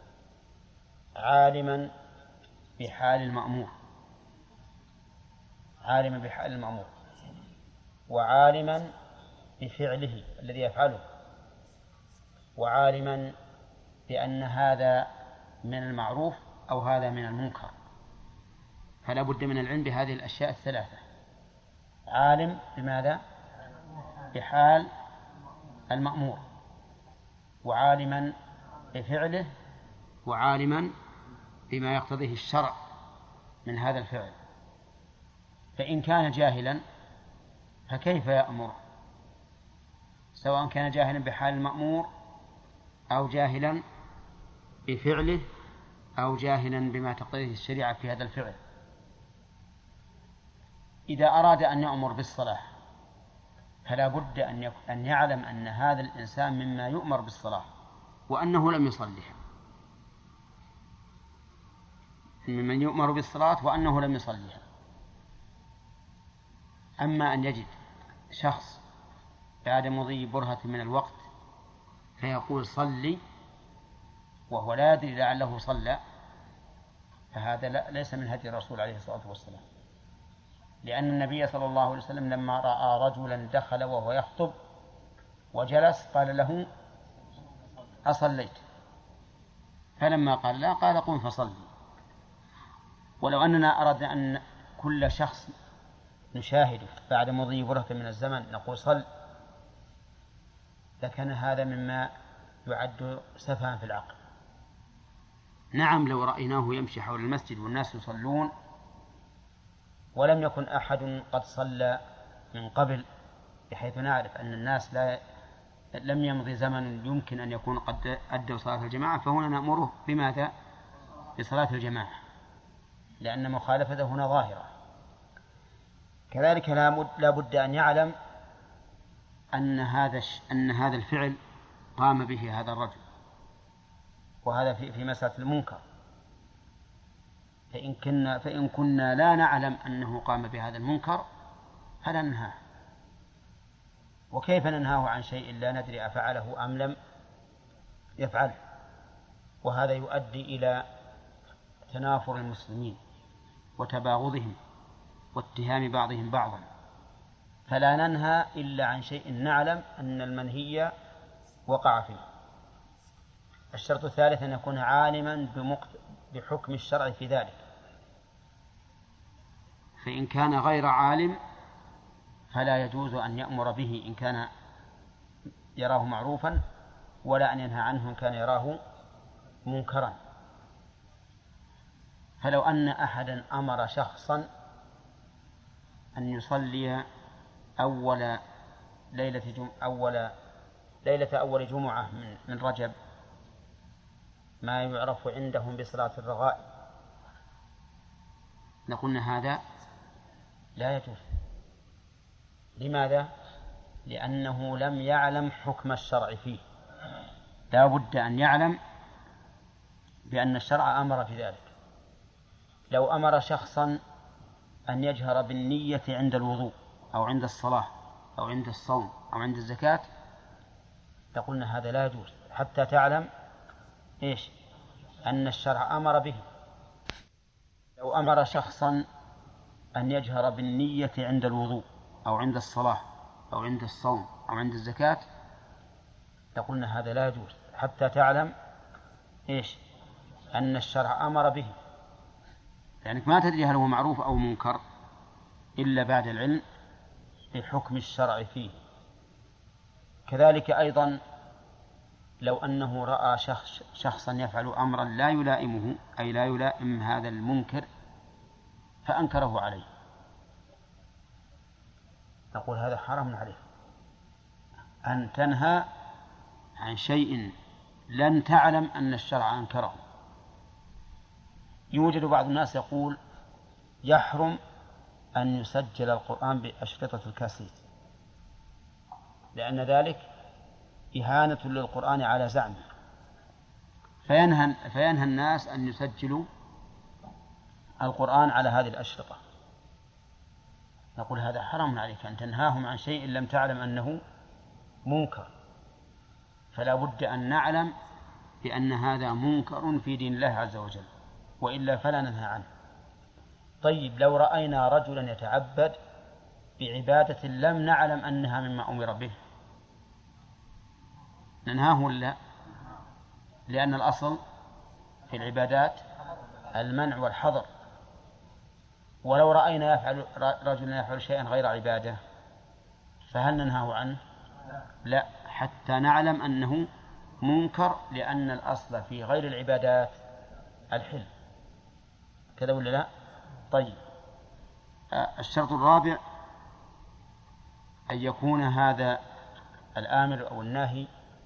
عالما بحال المأمور، عالما بحال المأمور وعالما بفعله الذي يفعله، وعالما بأن هذا من المعروف أو هذا من المنكر. فلا بد من العلم بهذه الأشياء الثلاثة: عالم بماذا؟ بحال المأمور، وعالما بفعله، وعالما بما يقتضيه الشرع من هذا الفعل. فإن كان جاهلا فكيف يأمر؟ سواء كان جاهلا بحال المأمور أو جاهلا بفعله أو جاهلا بما تقتضيه الشريعة في هذا الفعل. إذا أراد أن يأمر بالصلاة فلا بد أن يعلم أن هذا الإنسان مما يؤمر بالصلاة وأنه لم يصلها، ممن يؤمر بالصلاة وأنه لم يصلها. أما أن يجد شخص بعد مضي برهة من الوقت فيقول صلي وهو لا يدري لعله صلى، فهذا ليس من هدي الرسول عليه الصلاة والسلام، لأن النبي صلى الله عليه وسلم لما رأى رجلا دخل وهو يخطب وجلس قال له أصليت؟ فلما قال لا قال قم فصلي. ولو أننا أردنا أن كل شخص نشاهده بعد مضي برهة من الزمن نقول صل، لكن هذا مما يعد سفها في العقل. نعم لو رأيناه يمشي حول المسجد والناس يصلون ولم يكن أحد قد صلى من قبل، بحيث نعرف أن الناس لم يمضي زمن يمكن أن يكون قد أدوا صلاة الجماعة، فهنا نأمره بماذا؟ بصلاة الجماعة، لأن مخالفته هنا ظاهرة. كذلك لا بد أن يعلم أن هذا الفعل قام به هذا الرجل، وهذا في مسألة المنكر. فإن كنا لا نعلم أنه قام بهذا المنكر فلا ننهاه. وكيف ننهاه عن شيء لا ندري أفعله أم لم يفعله؟ وهذا يؤدي إلى تنافر المسلمين وتباغضهم واتهام بعضهم بعضا. فلا ننهى إلا عن شيء نعلم أن المنهي وقع فيه. الشرط الثالث أن يكون عالما بحكم الشرع في ذلك، فإن كان غير عالم فلا يجوز أن يأمر به إن كان يراه معروفا، ولا أن ينهى عنه إن كان يراه منكرا. فلو أن أحدا أمر شخصا أن يصلي أول أول جمعة من رجب ما يعرف عندهم بصلاة الرغائب، نقولنا هذا لا يجوز. لماذا؟ لأنه لم يعلم حكم الشرع فيه. لا بد أن يعلم بأن الشرع أمر في ذلك. لو أمر شخصا أن يجهر بالنية عند الوضوء أو عند الصلاة أو عند الصوم أو عند الزكاة لقلنا هذا لا يجوز حتى تعلم إيش؟ أن الشرع أمر به. لو أمر شخصا أن يجهر بالنية عند الوضوء أو عند الصلاة أو عند الصوم أو عند الزكاة لقلنا هذا لا يجوز حتى تعلم إيش أن الشرع أمر به، لأنك ما تدري هل هو معروف أو منكر إلا بعد العلم بحكم الشرع فيه. كذلك أيضا لو أنه رأى شخصا يفعل أمرا لا يلائمه، أي لا يلائم هذا المنكر، فأنكره عليه، نقول هذا حرام عليك أن تنهى عن شيء لن تعلم أن الشرع أنكره. يوجد بعض الناس يقول يحرم أن يسجل القرآن بأشرطة الكاسيت، لأن ذلك إهانة للقرآن على زعمه، فينهى الناس أن يسجلوا القرآن على هذه الأشرطة. نقول هذا حرام عليك أن تنهاهم عن شيء لم تعلم أنه منكر، فلا بد أن نعلم بأن هذا منكر في دين الله عز وجل، وإلا فلا ننهى عنه. طيب لو رأينا رجلا يتعبد بعبادة لم نعلم أنها مما أمر به، ننهاه ولا؟ لأن الأصل في العبادات المنع والحظر. ولو رأينا رجلا يفعل شيئا غير عبادة فهل ننهاه عنه؟ لا، حتى نعلم أنه منكر، لأن الأصل في غير العبادات الحل. كذا ولا لا؟ طيب الشرط الرابع أن يكون هذا الآمر أو الناهي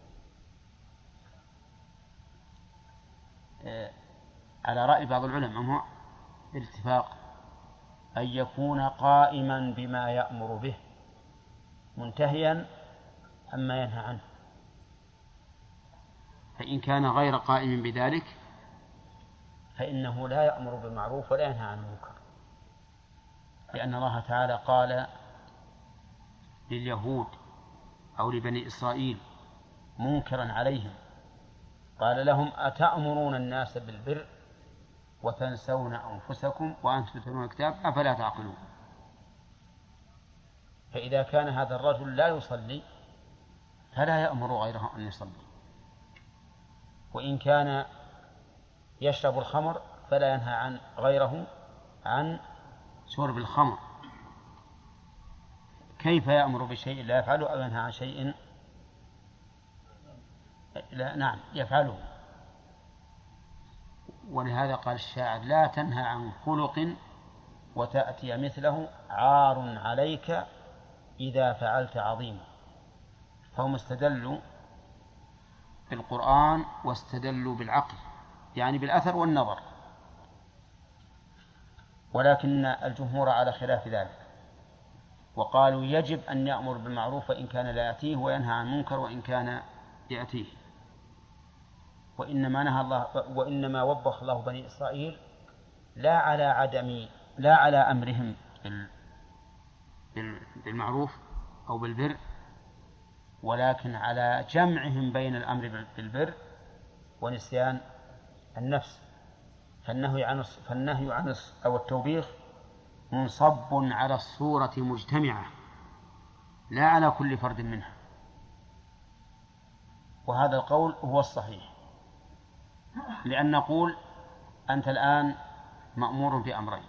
على رأي بعض العلماء بالاتفاق أن يكون قائما بما يأمر به منتهيا عما ينهى عنه. فإن كان غير قائم بذلك فإنه لا يأمر بالمعروف ولا ينهى عن المنكر، لأن الله تعالى قال لليهود أو لبني إسرائيل منكرا عليهم، قال لهم أتأمرون الناس بالبر وتنسون أنفسكم وأنتم تتلون الكتاب أفلا تعقلون. فإذا كان هذا الرجل لا يصلي فلا يأمر غيره أن يصلي، وإن كان يشرب الخمر فلا ينهى عن غيره عن شرب الخمر. كيف يأمر بشيء لا يفعله أو ينهى عن شيء لا نعم يفعله؟ ولهذا قال الشاعر لا تنهى عن خلق وتأتي مثله عار عليك إذا فعلت عظيما. فهم استدلوا بالقرآن واستدلوا بالعقل، يعني بالأثر والنظر، ولكن الجمهور على خلاف ذلك، وقالوا يجب أن يأمر بالمعروف وإن كان لا يأتيه، وينهى عن المنكر وإن كان يأتيه. وإنما وبخ الله بني إسرائيل لا على أمرهم بالمعروف أو بالبر، ولكن على جمعهم بين الأمر بالبر ونسيان النفس. فالنهي عن أو التوبيخ منصب على الصورة مجتمعة لا على كل فرد منها، وهذا القول هو الصحيح. لأن نقول أنت الآن مأمور بأمرين: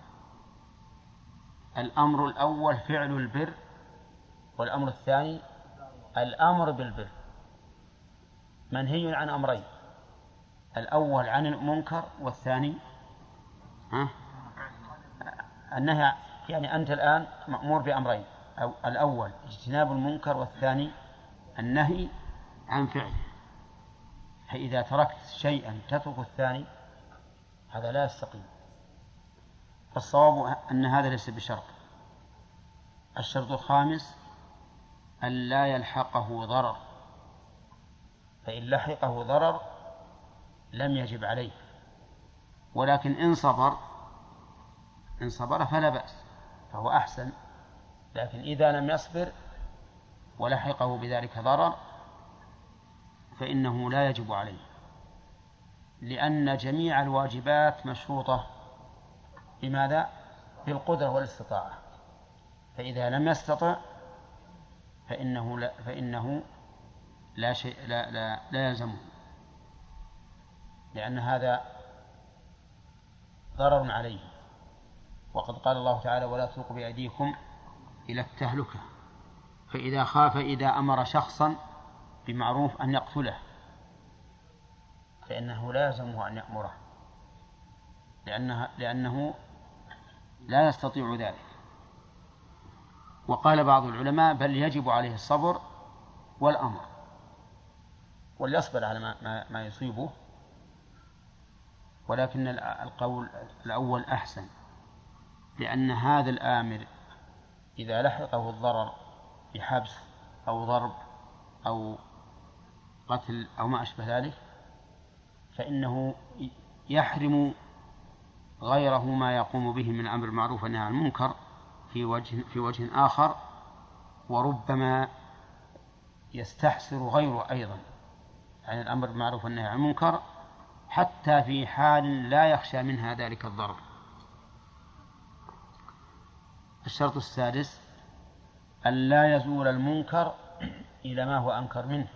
الأمر الأول فعل البر، والأمر الثاني الأمر بالبر. منهي عن أمرين: الأول عن المنكر والثاني النهي. يعني أنت الآن مأمور بأمرين: أو الأول اجتناب المنكر والثاني النهي عن فعله. فإذا تركت شيئا تترك الثاني هذا لا يستقيم. فالصواب أن هذا ليس بشرط. الشرط الخامس أن لا يلحقه ضرر، فإن لحقه ضرر لم يجب عليه، ولكن إن صبر فلا بأس، فهو أحسن. لكن إذا لم يصبر ولحقه بذلك ضرر فإنه لا يجب عليه، لأن جميع الواجبات مشروطة بماذا؟ بالقدرة والاستطاعة. فإذا لم يستطع فإنه لا شيء لا يلزمه، لأن هذا ضرر عليه. وقد قال الله تعالى: ولا تلقوا بأيديكم إلى التهلكة. فإذا خاف إذا أمر شخصا بمعروف أن يقتله فإنه لا يلزمه أن يأمره، لأنه لا يستطيع ذلك. وقال بعض العلماء: بل يجب عليه الصبر والأمر، وليصبر على ما يصيبه. ولكن القول الأول أحسن، لأن هذا الآمر إذا لحقه الضرر بحبس أو ضرب أو قتل أو ما أشبه ذلك فإنه يحرم غيره ما يقوم به من الأمر بالمعروف والنهي عن المنكر في وجه آخر، وربما يستحسر غيره أيضا عن الأمر بالمعروف والنهي عن المنكر حتى في حال لا يخشى منها ذلك الضرر. الشرط السادس: أن لا يزول المنكر إلى ما هو أنكر منه.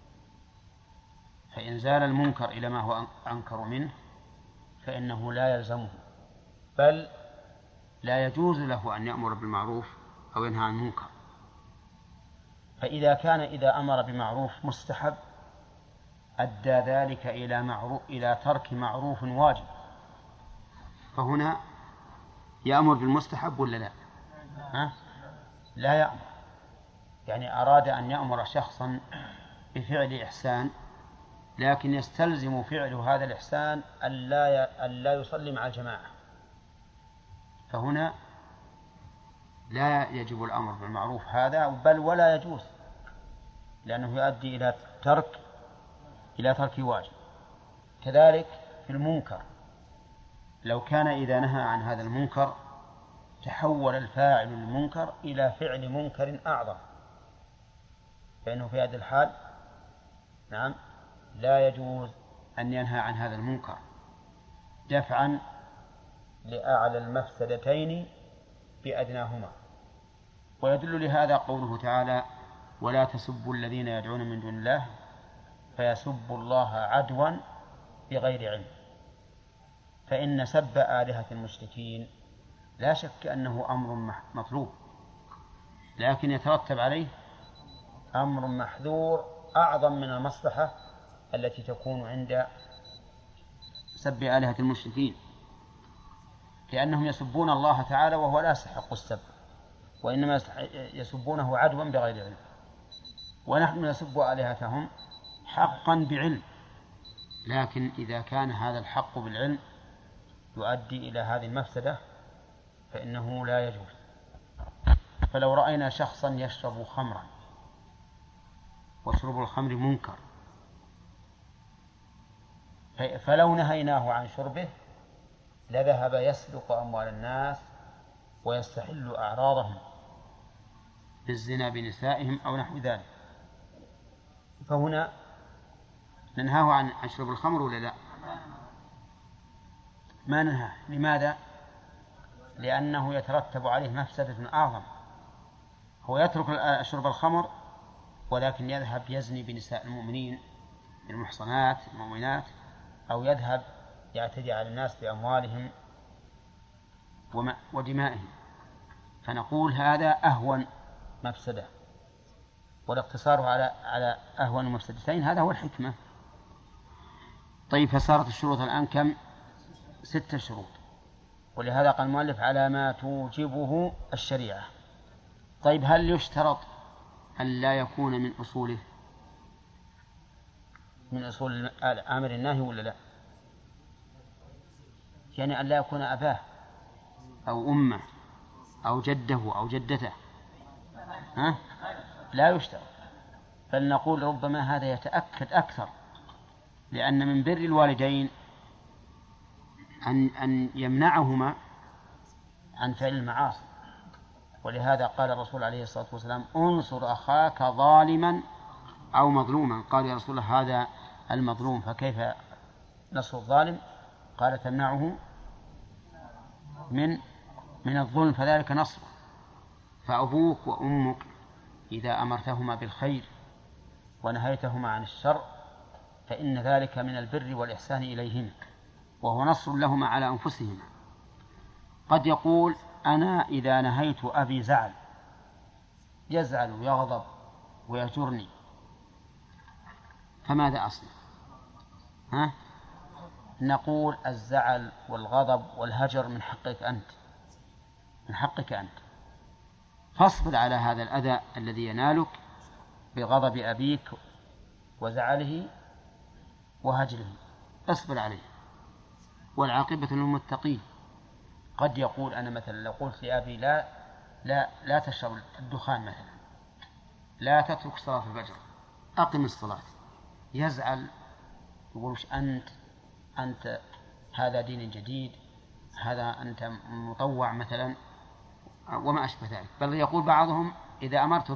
فإن زال المنكر إلى ما هو أنكر منه فإنه لا يلزمه، بل لا يجوز له أن يأمر بالمعروف أو ينهى عن المنكر. فإذا كان إذا أمر بمعروف مستحب أدى ذلك إلى ترك معروف واجب، فهنا يأمر بالمستحب ولا لا؟ لا يأمر. يعني أراد أن يأمر شخصا بفعل إحسان، لكن يستلزم فعل هذا الإحسان ألا يصلي مع الجماعة، فهنا لا يجب الأمر بالمعروف هذا، بل ولا يجوز، لأنه يؤدي إلى ترك واجب. كذلك في المنكر، لو كان إذا نهى عن هذا المنكر تحول الفاعل المنكر إلى فعل منكر أعظم، فإنه في هذه الحال لا يجوز أن ينهى عن هذا المنكر دفعا لأعلى المفسدتين بأدناهما. ويدل لهذا قوله تعالى: ولا تسبوا الذين يدعون من دون الله فيسبوا الله عدوا بغير علم. فإن سب آلهة المشركين لا شك أنه أمر مطلوب، لكن يترتب عليه أمر محذور أعظم من المصلحة التي تكون عند سب آلهة المشركين، لأنهم يسبون الله تعالى وهو لا يستحق السب، وإنما يسبونه عدوا بغير علم، ونحن نسب آلهتهم حقا بعلم. لكن إذا كان هذا الحق بالعلم يؤدي إلى هذه المفسدة فإنه لا يجوز. فلو رأينا شخصا يشرب خمرا وشرب الخمر منكر، فلو نهيناه عن شربه لذهب يسرق أموال الناس ويستحل أعراضهم بالزنا بنسائهم أو نحو ذلك، فهنا ننهاه عن شرب الخمر ولا لا؟ ما ننهاه. لماذا؟ لأنه يترتب عليه مفسدة أعظم. هو يترك شرب الخمر ولكن يذهب يزني بنساء المؤمنين المحصنات المؤمنات، أو يذهب يعتدي على الناس بأموالهم ودمائهم، فنقول هذا أهون مفسدة، والاقتصار على أهون المفسدتين هذا هو الحكمة. طيب، فصارت الشروط الآن كم؟ 6 شروط، ولهذا قال المؤلف: على ما توجبه الشريعة. طيب، هل يشترط أن لا يكون من أصوله، من أصول آمر الناهي ولا لا؟ يعني أن لا يكون أباه أو أمه أو جده أو جدته، لا يشترط. بل نقول ربما هذا يتأكد أكثر، لأن من بر الوالدين أن يمنعهما عن فعل المعاصي. ولهذا قال الرسول عليه الصلاة والسلام: انصر أخاك ظالما أو مظلوما. قال: يا رسول الله هذا المظلوم فكيف نصر الظالم؟ قال: تمنعه من الظلم فذلك نصره. فأبوك وأمك إذا أمرتهما بالخير ونهيتهما عن الشر فإن ذلك من البر والإحسان إليهما، وهو نصر لهما على أنفسهما. قد يقول أنا إذا نهيت أبي زعل، يزعل ويغضب ويهجرني، فماذا أصنع؟ نقول الزعل والغضب والهجر من حقك أنت، من حقك أنت، فاصبر على هذا الأذى الذي ينالك بغضب أبيك وزعله وهجره، اصبر عليه، والعاقبة للمتقين. قد يقول أنا مثلا لو قلت لأبي لا تشرب الدخان مثلا، لا تترك صلاة الفجر، أقم الصلاة، يزعل يقول أنت هذا دين جديد، هذا أنت مطوع مثلا وما أشبه ذلك. بل يقول بعضهم إذا أمرته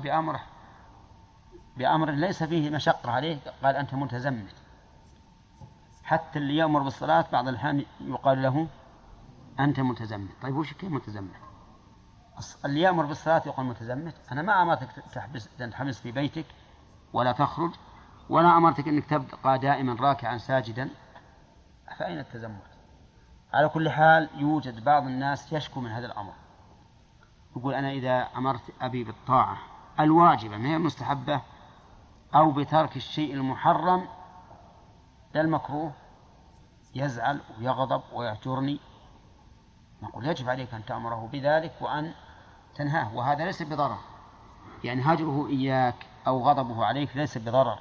بأمر ليس فيه مشقة عليه قال أنت متزمت. حتى اللي يأمر بالصلاة بعض الأحيان يقال له أنت متزمت. طيب وش كيف متزمت؟ اللي يأمر بالصلاة يقول متزمت. أنا ما أمرتك تنحبس في بيتك ولا تخرج، ولا أمرتك أنك تبقى دائما راكعا ساجدا، فأين التزمت؟ على كل حال يوجد بعض الناس يشكو من هذا الأمر، يقول أنا إذا أمرت أبي بالطاعة الواجبة ما هي المستحبة أو بترك الشيء المحرم لا المكروه يزعل ويغضب ويهجرني. نقول يجب عليك أن تأمره بذلك وأن تنهاه، وهذا ليس بضرر، يعني هجره إياك أو غضبه عليك ليس بضرر،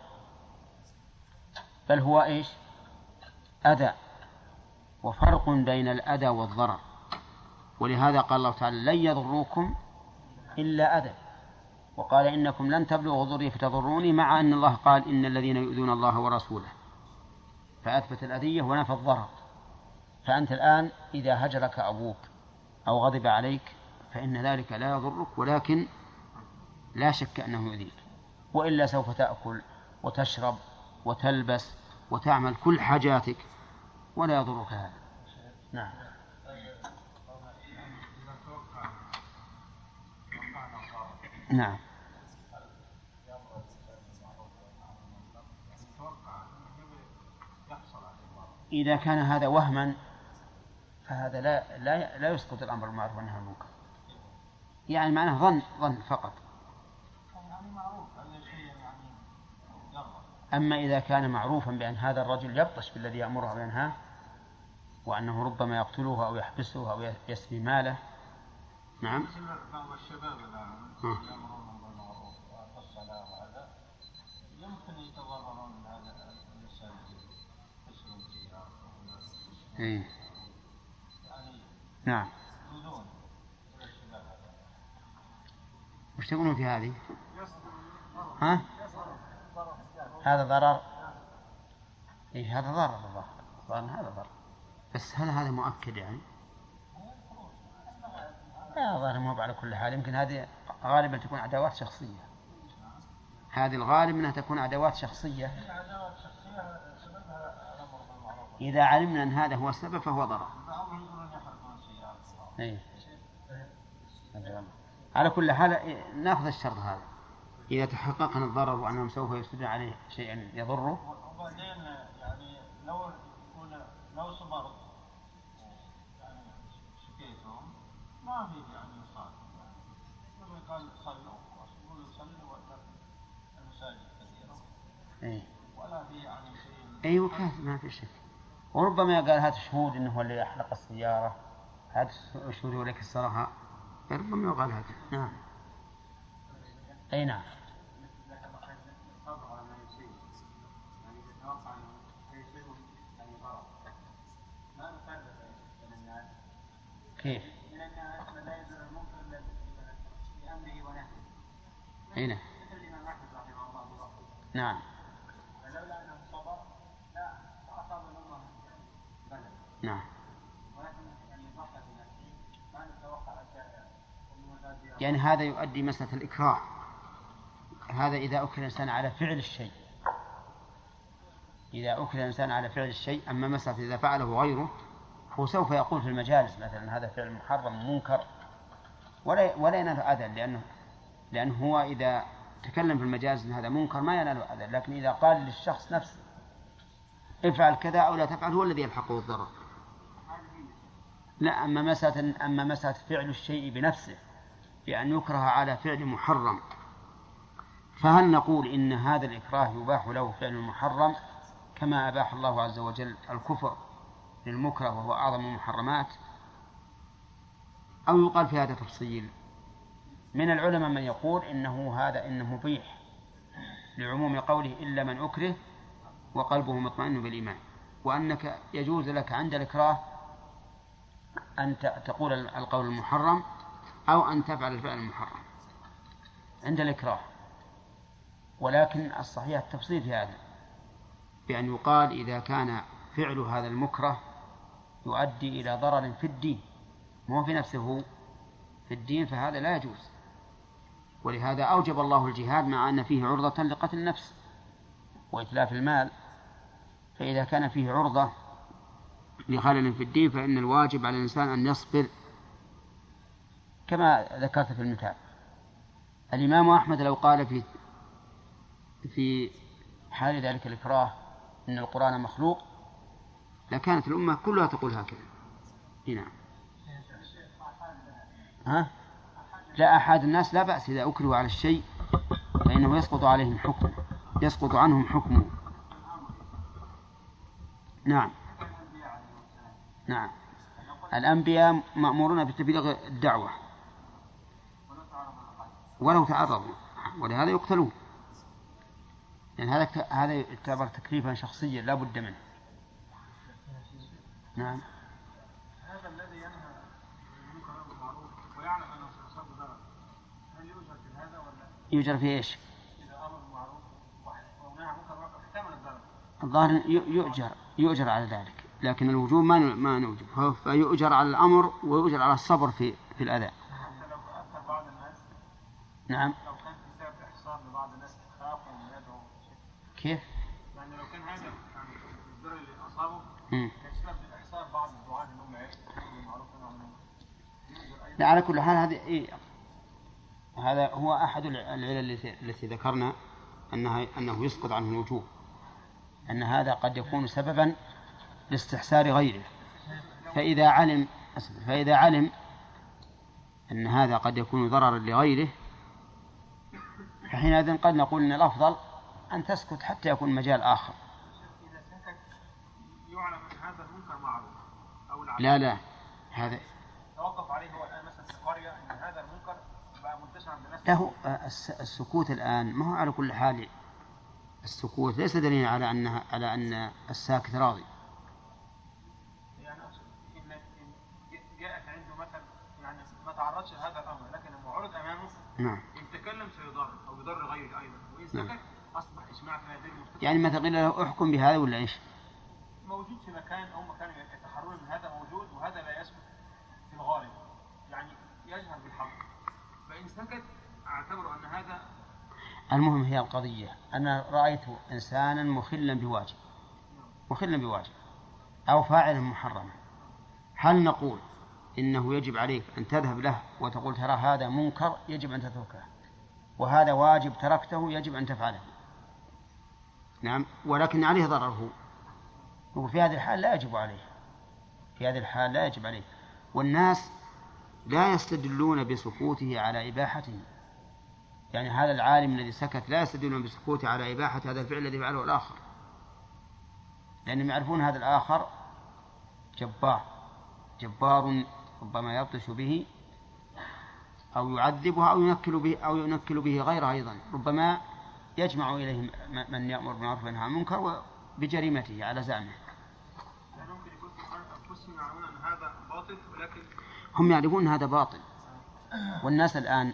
بل هو إيش؟ أذى، وفرق بين الأذى والضرر. ولهذا قال الله تعالى لن يضروكم إلا أذى، وقال إنكم لن تبلغوا ضري فتضروني، مع أن الله قال إن الذين يؤذون الله ورسوله، فأثبت الأذية ونفى الضرر. فأنت الآن إذا هجرك أبوك أو غضب عليك فإن ذلك لا يضرك، ولكن لا شك أنه يؤذيك، وإلا سوف تأكل وتشرب وتلبس وتعمل كل حاجاتك ولا يضرك هذا. نعم. نعم. إذا كان هذا وهما فهذا لا يسقط الأمر بالمعروف والنهي عن المنكر، يعني معناه ظن فقط. أما إذا كان معروفا بأن هذا الرجل يبطش بالذي يأمره وينهاه، وأنه ربما يقتله أو يحبسه أو يسبي ماله. نعم. بعض الشباب الآن يأمرون بالمعروف والصلاة وهذا يمكن يتضررون من هذا المساجد يسلم فيها. إيه. نعم. وش تقولون في هذه؟ هذا ضرر. إيه هذا ضرر، هذا ضرر، بس هذا مؤكد يعني؟ لا ظاهر مو على كل حال. يمكن هذه غالبا تكون عداوات شخصية، هذه الغالب منها تكون عداوات شخصية. إذا علمنا أن هذا هو السبب فهو ضرر. إيه. على كل حال نأخذ الشرط هذا إذا تحققنا الضرر وأنهم سوف يفسدون عليه شيئا يضره. وبعدين يعني لو صبرت يعني شكيتهم ما في يعني صار لما قال صلوا ولا المساجد كثيرة. إيه. ولا في يعني شيء. أيوة ما في شك. وربما قال هات شهود إنه هو اللي يحلق السيارة، هات شهود ولك الصراحة، ربما يقال هذا. نعم. أي نعم. كيف؟ هنا. نعم. نعم. يعني هذا يؤدي مسألة الإكراه، هذا إذا أكل الإنسان على فعل الشيء، إذا أكل الإنسان على فعل الشيء. أما مسألة إذا فعله غيره هو سوف يقول في المجالس مثلا هذا فعل محرم منكر ولا ينال أذى، لأنه هو إذا تكلم في المجاز أن هذا منكر ما ينال هذا، لكن إذا قال للشخص نفسه افعل كذا أو لا تفعل هو الذي يلحقه الضرر. لا، أما مسألة فعل الشيء بنفسه بأن يكره على فعل محرم، فهل نقول إن هذا الإكراه يباح له فعل محرم كما أباح الله عز وجل الكفر للمكره وهو أعظم المحرمات، أو يقال في هذا تفصيل؟ من العلماء من يقول إنه مبيح لعموم قوله إلا من أكره وقلبه مطمئن بالإيمان، وأنك يجوز لك عند الإكراه أن تقول القول المحرم أو أن تفعل الفعل المحرم عند الإكراه. ولكن الصحيح التفصيل في هذا بأن يقال إذا كان فعل هذا المكره يؤدي إلى ضرر في الدين مو في نفسه في الدين فهذا لا يجوز. ولهذا أوجب الله الجهاد مع أن فيه عرضة لقتل النفس وإتلاف المال، فإذا كان فيه عرضة لخلل في الدين فإن الواجب على الإنسان أن يصبر كما ذكرت في المثال. الإمام أحمد لو قال في حال ذلك الإكراه إن القرآن مخلوق لكانت الأمة كلها تقول هكذا. نعم. لا، أحد الناس لا بأس إذا أكرهوا على الشيء فإنه يسقط عليهم حكمه، يسقط عنهم حكمه. نعم. نعم، الأنبياء مأمورون بتبليغ الدعوة ولو تعرضوا، ولهذا يقتلون، لأن هذا يعتبر تكليفا شخصيا لا بد منه. نعم. هذا الذي ينهى المنكر والمعروف ويعلم أنه سيصاب ضرر، هل يؤجر في هذا ولا؟ يؤجر في إيش؟ إذا أمر بالمعروف ونهى عن المنكر واحتمل الضرر. الظاهر يؤجر على ذلك، لكن الوجوب ما نوجب، فيؤجر على الأمر ويؤجر على الصبر في الأذى. حتى لو أثر بعض الناس. نعم. لو كان في سبب إحصار لبعض الناس خافوا من يدعو. كيف؟ يعني لو كان هذا يعني الضرر اللي أصابه كان سبب إحصار بعض الدعاة إنهم يعرفوا المعروف عنهم. لا، على كل حال هذا هو أحد العلل التي ذكرنا أنه يسقط عنه الوجوب، أن هذا قد يكون سببا لاستحسار غيره، فإذا علم أن هذا قد يكون ضررا لغيره فحينئذ قد نقول أن الأفضل أن تسكت حتى يكون مجال آخر. إذا سكت يعلم أن هذا المنكر معروف أو لا هذا توقف عليه هو الآن مثلا في قرية أن هذا المنكر بقى منتشر عند الناس. له السكوت الآن ما هو على كل حال، السكوت ليس دليلا على أن الساكت راضي. يعني إن جاءت عنده مثلا يعني ما تعرضش لهذا الأمر لكن لما عرض أمامه نعم. إن تكلم سيضر أو يضر غيره أيضا، وإن سكت أصبح إجماع في هذه المفترض. يعني مثلا قيل له احكم بهذا ولا إيش؟ موجود في مكان أو مكان يتحرون من هذا موجود وهذا لا يثبت في الغالب، يعني يجهر بالحق، فإن سكت أعتبر أن هذا. المهم هي القضية أنا رأيت إنسانا مخلا بواجب أو فاعلا محرما، هل نقول إنه يجب عليك أن تذهب له وتقول ترى هذا منكر يجب أن تتركه وهذا واجب تركته يجب أن تفعله؟ نعم، ولكن عليه ضرره، وفي هذه الحال لا يجب عليه، والناس لا يستدلون بسكوته على إباحته. يعني هذا العالم الذي سكت لا يستدلون بسكوته على إباحة هذا الفعل الذي فعله الآخر، لأنهم يعرفون هذا الآخر جبار ربما يبطش به أو يعذبه أو ينكل به غيره أيضا، ربما يجمع إليه من يأمر بالمعروف وينهى عن المنكر بجريمته على زعمه. يعني ممكن يكون أنفسهم يعلمون أن هذا باطل ولكن هم يعرفون هذا باطل، والناس الآن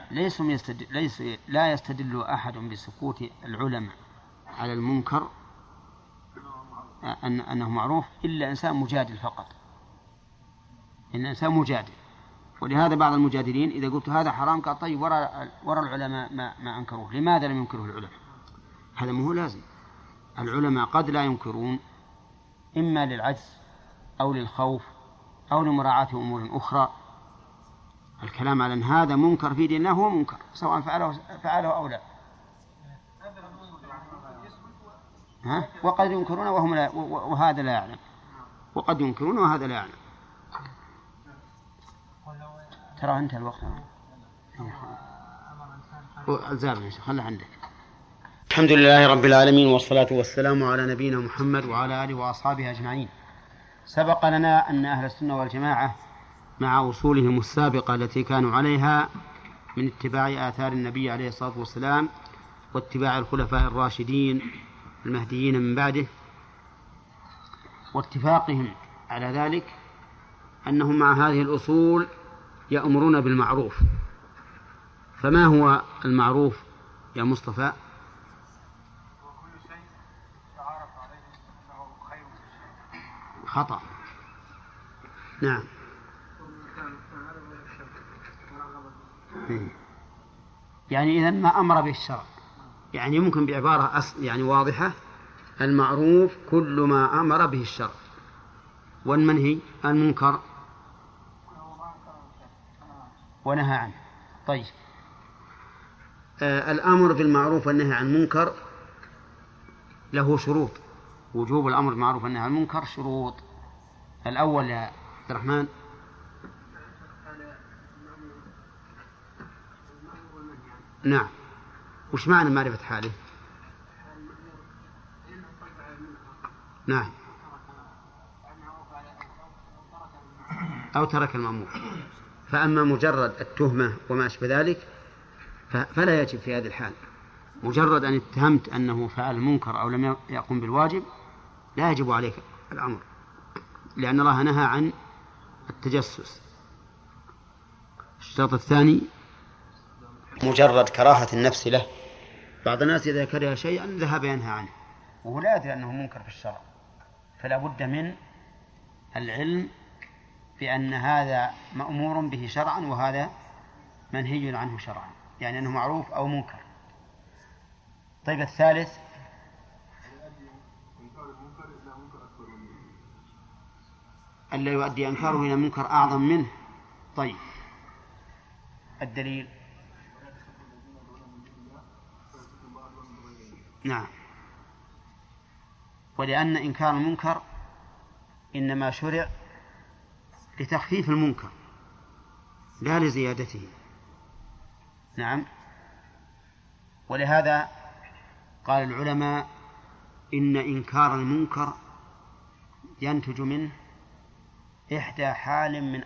لا يستدل أحد بسكوت العلماء على المنكر أنه معروف إلا إنسان مجادل فقط، إن إنسان مجادل. ولهذا بعض المجادلين إذا قلت هذا حرام قال طيب وراء العلماء ما أنكروه، لماذا لم ينكره العلماء؟ هذا مو لازم. العلماء قد لا ينكرون إما للعجز أو للخوف أو لمراعاة أمور أخرى. الكلام على أن هذا منكر في ديننا هو منكر سواء فعله أو لا، وقد ينكرون وهم لا وهذا لا يعلم، وقد ينكرون وهذا لا يعلم. ترى أنت الوقت زابل خلها عندك. الحمد لله رب العالمين، والصلاة والسلام على نبينا محمد وعلى آله وأصحابه أجمعين. سبق لنا أن أهل السنة والجماعة مع أصولهم السابقة التي كانوا عليها من اتباع آثار النبي عليه الصلاة والسلام واتباع الخلفاء الراشدين المهديين من بعده، واتفاقهم على ذلك أنهم مع هذه الأصول يأمرون بالمعروف. فما هو المعروف يا مصطفى؟ وكل شيء تعارف عليه أنه خير من الشيء. خطأ. نعم. يعني إذن ما أمر به الشرع، يعني يمكن بعبارة يعني واضحة: المعروف كل ما أمر به الشرع، والمنهي المنكر ونهى عنه. طيب، الأمر بالمعروف والنهي عن المنكر له شروط. وجوب الأمر بالمعروف والنهي عن المنكر شروط. الأول يا عبد الرحمن: نعم. وش معنى معرفة حاله؟ نعم. أو ترك المأمور. فأما مجرد التهمة وما أشبه ذلك فلا يجب في هذه الحال. مجرد أن اتهمت أنه فعل المنكر أو لم يقم بالواجب لا يجب عليك الأمر، لأن الله نهى عن التجسس. الشرط الثاني مجرد كراهة النفس له. بعض الناس إذا كره شيئا ذهب ينهى عنه وهو لا يدري أنه منكر في الشرع، فلا بد من العلم بأن هذا مأمور به شرعا وهذا منهي عنه شرعا، يعني أنه معروف أو منكر. طيب، الثالث ألا يؤدي إنكاره إلى منكر أعظم منه. طيب، الدليل؟ نعم. ولأن إنكار المنكر إنما شرع لتخفيف المنكر لا لزيادته. نعم. ولهذا قال العلماء إن إنكار المنكر ينتج منه إحدى حال من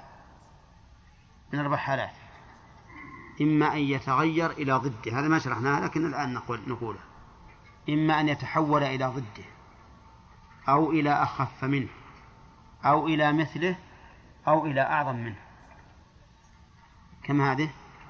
أربع حالات: إما أن يتغير إلى ضده، هذا ما شرحناه لكن الآن نقوله، إما أن يتحول إلى ضده أو إلى أخف منه أو إلى مثله أو إلى أعظم منه. كم هذه؟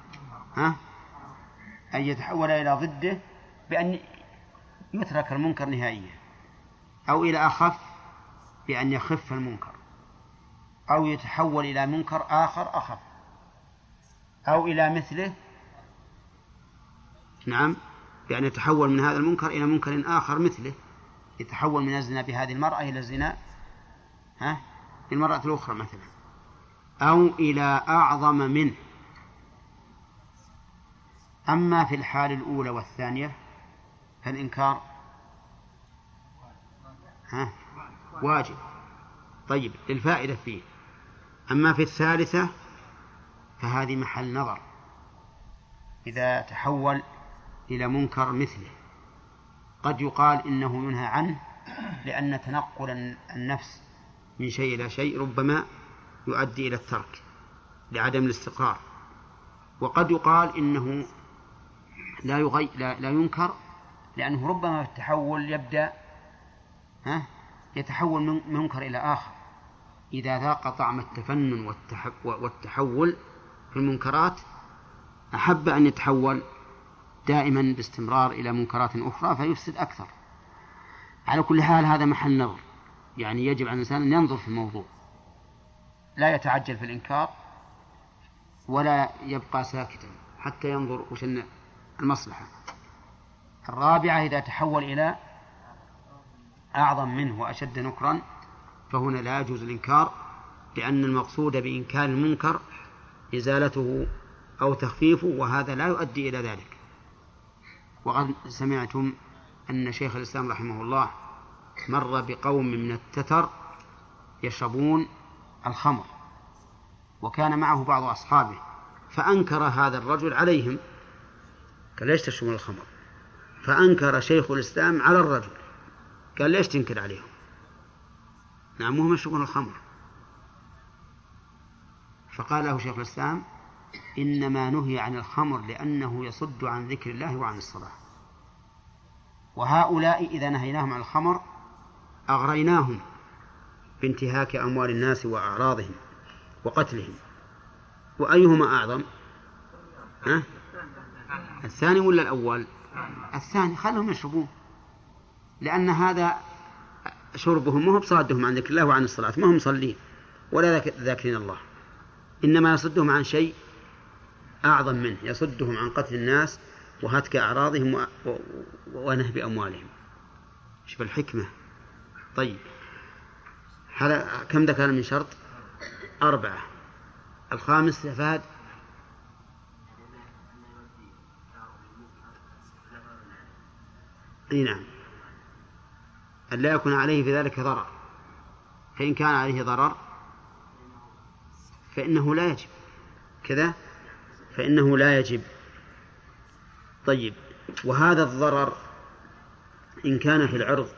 أن يتحول إلى ضده بأن يترك المنكر نهائيا، أو إلى أخف بأن يخف المنكر، أو يتحول إلى منكر آخر أخف، أو إلى مثله. نعم، بأن يتحول من هذا المنكر إلى منكر آخر مثله، يتحول من الزنا بهذه المرأة إلى الزنا بالمرأة الأخرى مثلا، أو إلى أعظم منه. أما في الحال الأولى والثانية فالإنكار واجب. طيب، للفائدة فيه. أما في الثالثة فهذه محل نظر، إذا تحول إلى منكر مثله قد يقال إنه ينهى عنه لأن تنقل النفس من شيء إلى شيء ربما يؤدي إلى الترك لعدم الاستقرار، وقد يقال إنه لا ينكر لأنه ربما التحول يبدأ يتحول من منكر إلى آخر. إذا ذاق طعم التفنن والتحول في المنكرات أحب أن يتحول دائما باستمرار إلى منكرات أخرى فيفسد أكثر. على كل حال هذا محل نظر، يعني يجب على الإنسان أن ينظر في الموضوع، لا يتعجل في الإنكار ولا يبقى ساكتا حتى ينظر وش المصلحة. الرابعة إذا تحول إلى أعظم منه وأشد نكرا فهنا لا يجوز الإنكار، لأن المقصود بإنكار المنكر إزالته أو تخفيفه، وهذا لا يؤدي إلى ذلك. وقد سمعتم أن شيخ الإسلام رحمه الله مر بقوم من التتر يشربون الخمر، وكان معه بعض أصحابه، فأنكر هذا الرجل عليهم، قال ليش تشربون الخمر؟ فأنكر شيخ الإسلام على الرجل، قال ليش تنكر عليهم؟ نعم هم يشربون الخمر. فقال له شيخ الإسلام إنما نهي عن الخمر لأنه يصد عن ذكر الله وعن الصلاة، وهؤلاء إذا نهيناهم عن الخمر أغريناهم بانتهاك أموال الناس وأعراضهم وقتلهم. وأيهما أعظم؟ الثاني ولا الأول؟ الثاني، خلهم يشربون، لأن هذا شربهم وهو بصادهم عن ذكر الله وعن الصلاة، ما هم مصلين ولا ذاكرين الله، إنما يصدهم عن شيء أعظم منه، يصدهم عن قتل الناس وهتك أعراضهم ونهب أموالهم. شوف الحكمة. طيب هذا كم ذكرنا من شرط؟ 4. الخامس يا فهد؟ أي نعم، أن لا يكون عليه في ذلك ضرر، فإن كان عليه ضرر فإنه لا يجب كذا، فإنه لا يجب. طيب وهذا الضرر إن كان في العرض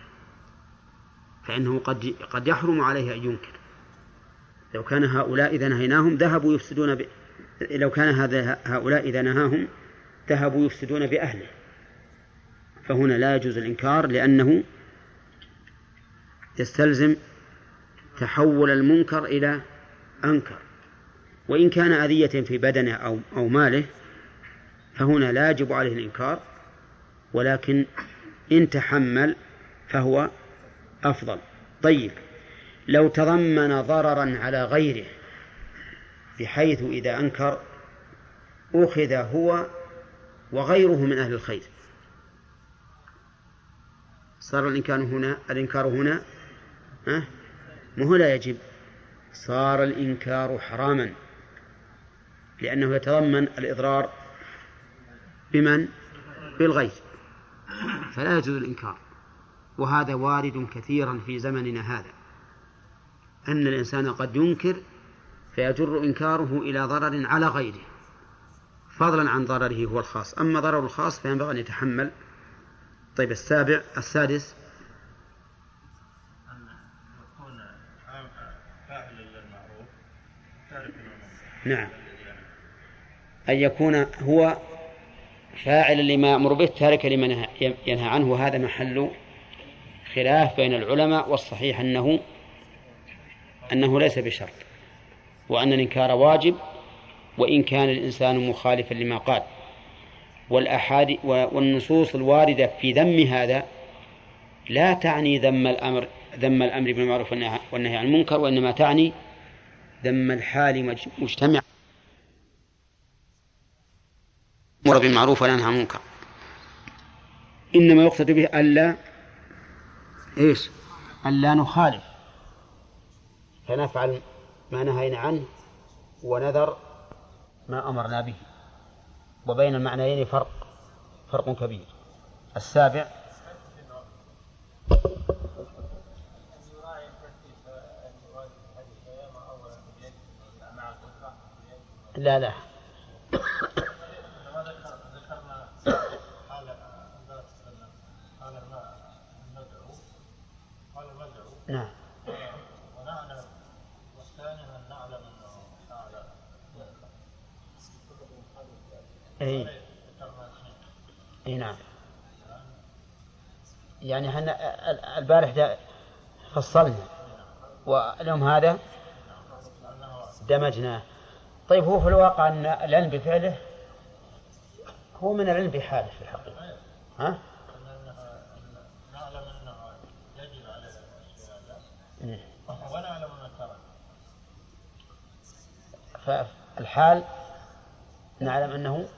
فإنه قد يحرم عليه أن ينكر. لو كان هؤلاء إذا نهيناهم ذهبوا يفسدون لو كان هؤلاء إذا نهاهم ذهبوا يفسدون بأهله، فهنا لا يجوز الإنكار لأنه يستلزم تحول المنكر إلى أنكر. وإن كان أذية في بدنه أو ماله فهنا لا يجب عليه الإنكار، ولكن إن تحمل فهو أفضل. طيب لو تضمن ضررا على غيره بحيث إذا أنكر أخذ هو وغيره من أهل الخير، صار الإنكار هنا مو لا يجب، صار الإنكار حراما، لأنه يتضمن الإضرار بمن؟ بالغير، فلا يجوز الإنكار. وهذا وارد كثيرا في زمننا هذا، أن الإنسان قد ينكر فيجر إنكاره إلى ضرر على غيره فضلا عن ضرره هو الخاص، أما ضرر الخاص فينبغي أن يتحمل. طيب السادس نعم، أن يكون هو فاعلا لما يأمر به تاركا لما ينهى عنه، وهذا محل خلاف بين العلماء، والصحيح أنه ليس بشرط، وأن الإنكار واجب وإن كان الإنسان مخالفا لما قال. والنصوص الواردة في ذم هذا لا تعني ذم الأمر بالمعروف والنهي عن المنكر، وإنما تعني ذم الحال مجتمع أمر بالمعروف ولا نهى عن المنكر، إنما يقصد به ألا نخالف، فنفعل ما نهينا عنه ونذر ما أمرنا به، وبين المعنيين فرق كبير. السابع لا نعم ونعلم والثاني أن نعلم أنه تعالى أي نعم، يعني احنا البارح فصلنا واليوم هذا دمجنا. طيب هو في الواقع أن العلم بفعله هو من العلم بحاله في الحقيقة، ها؟ نعلم أنه يجب عليه الشهادة ونعلم أنه ترك، فالحال نعلم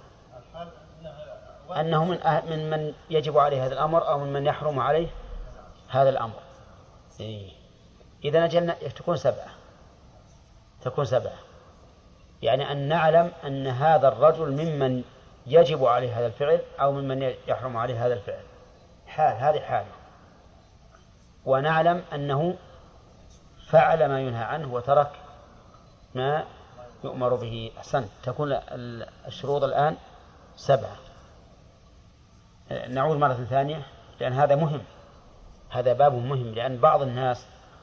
أنه من يجب عليه هذا الأمر أو من يحرم عليه هذا الأمر. إذا نجلنا تكون سبعة، يعني أن نعلم أن هذا الرجل ممن يجب عليه هذا الفعل أو ممن يحرم عليه هذا الفعل. الحال هذه حاله، ونعلم أنه فعل ما ينهى عنه وترك ما يؤمر به. أحسنت. تكون الشروط الآن 7. نعود مرة ثانية لأن هذا مهم، هذا باب مهم، لأن بعض الناس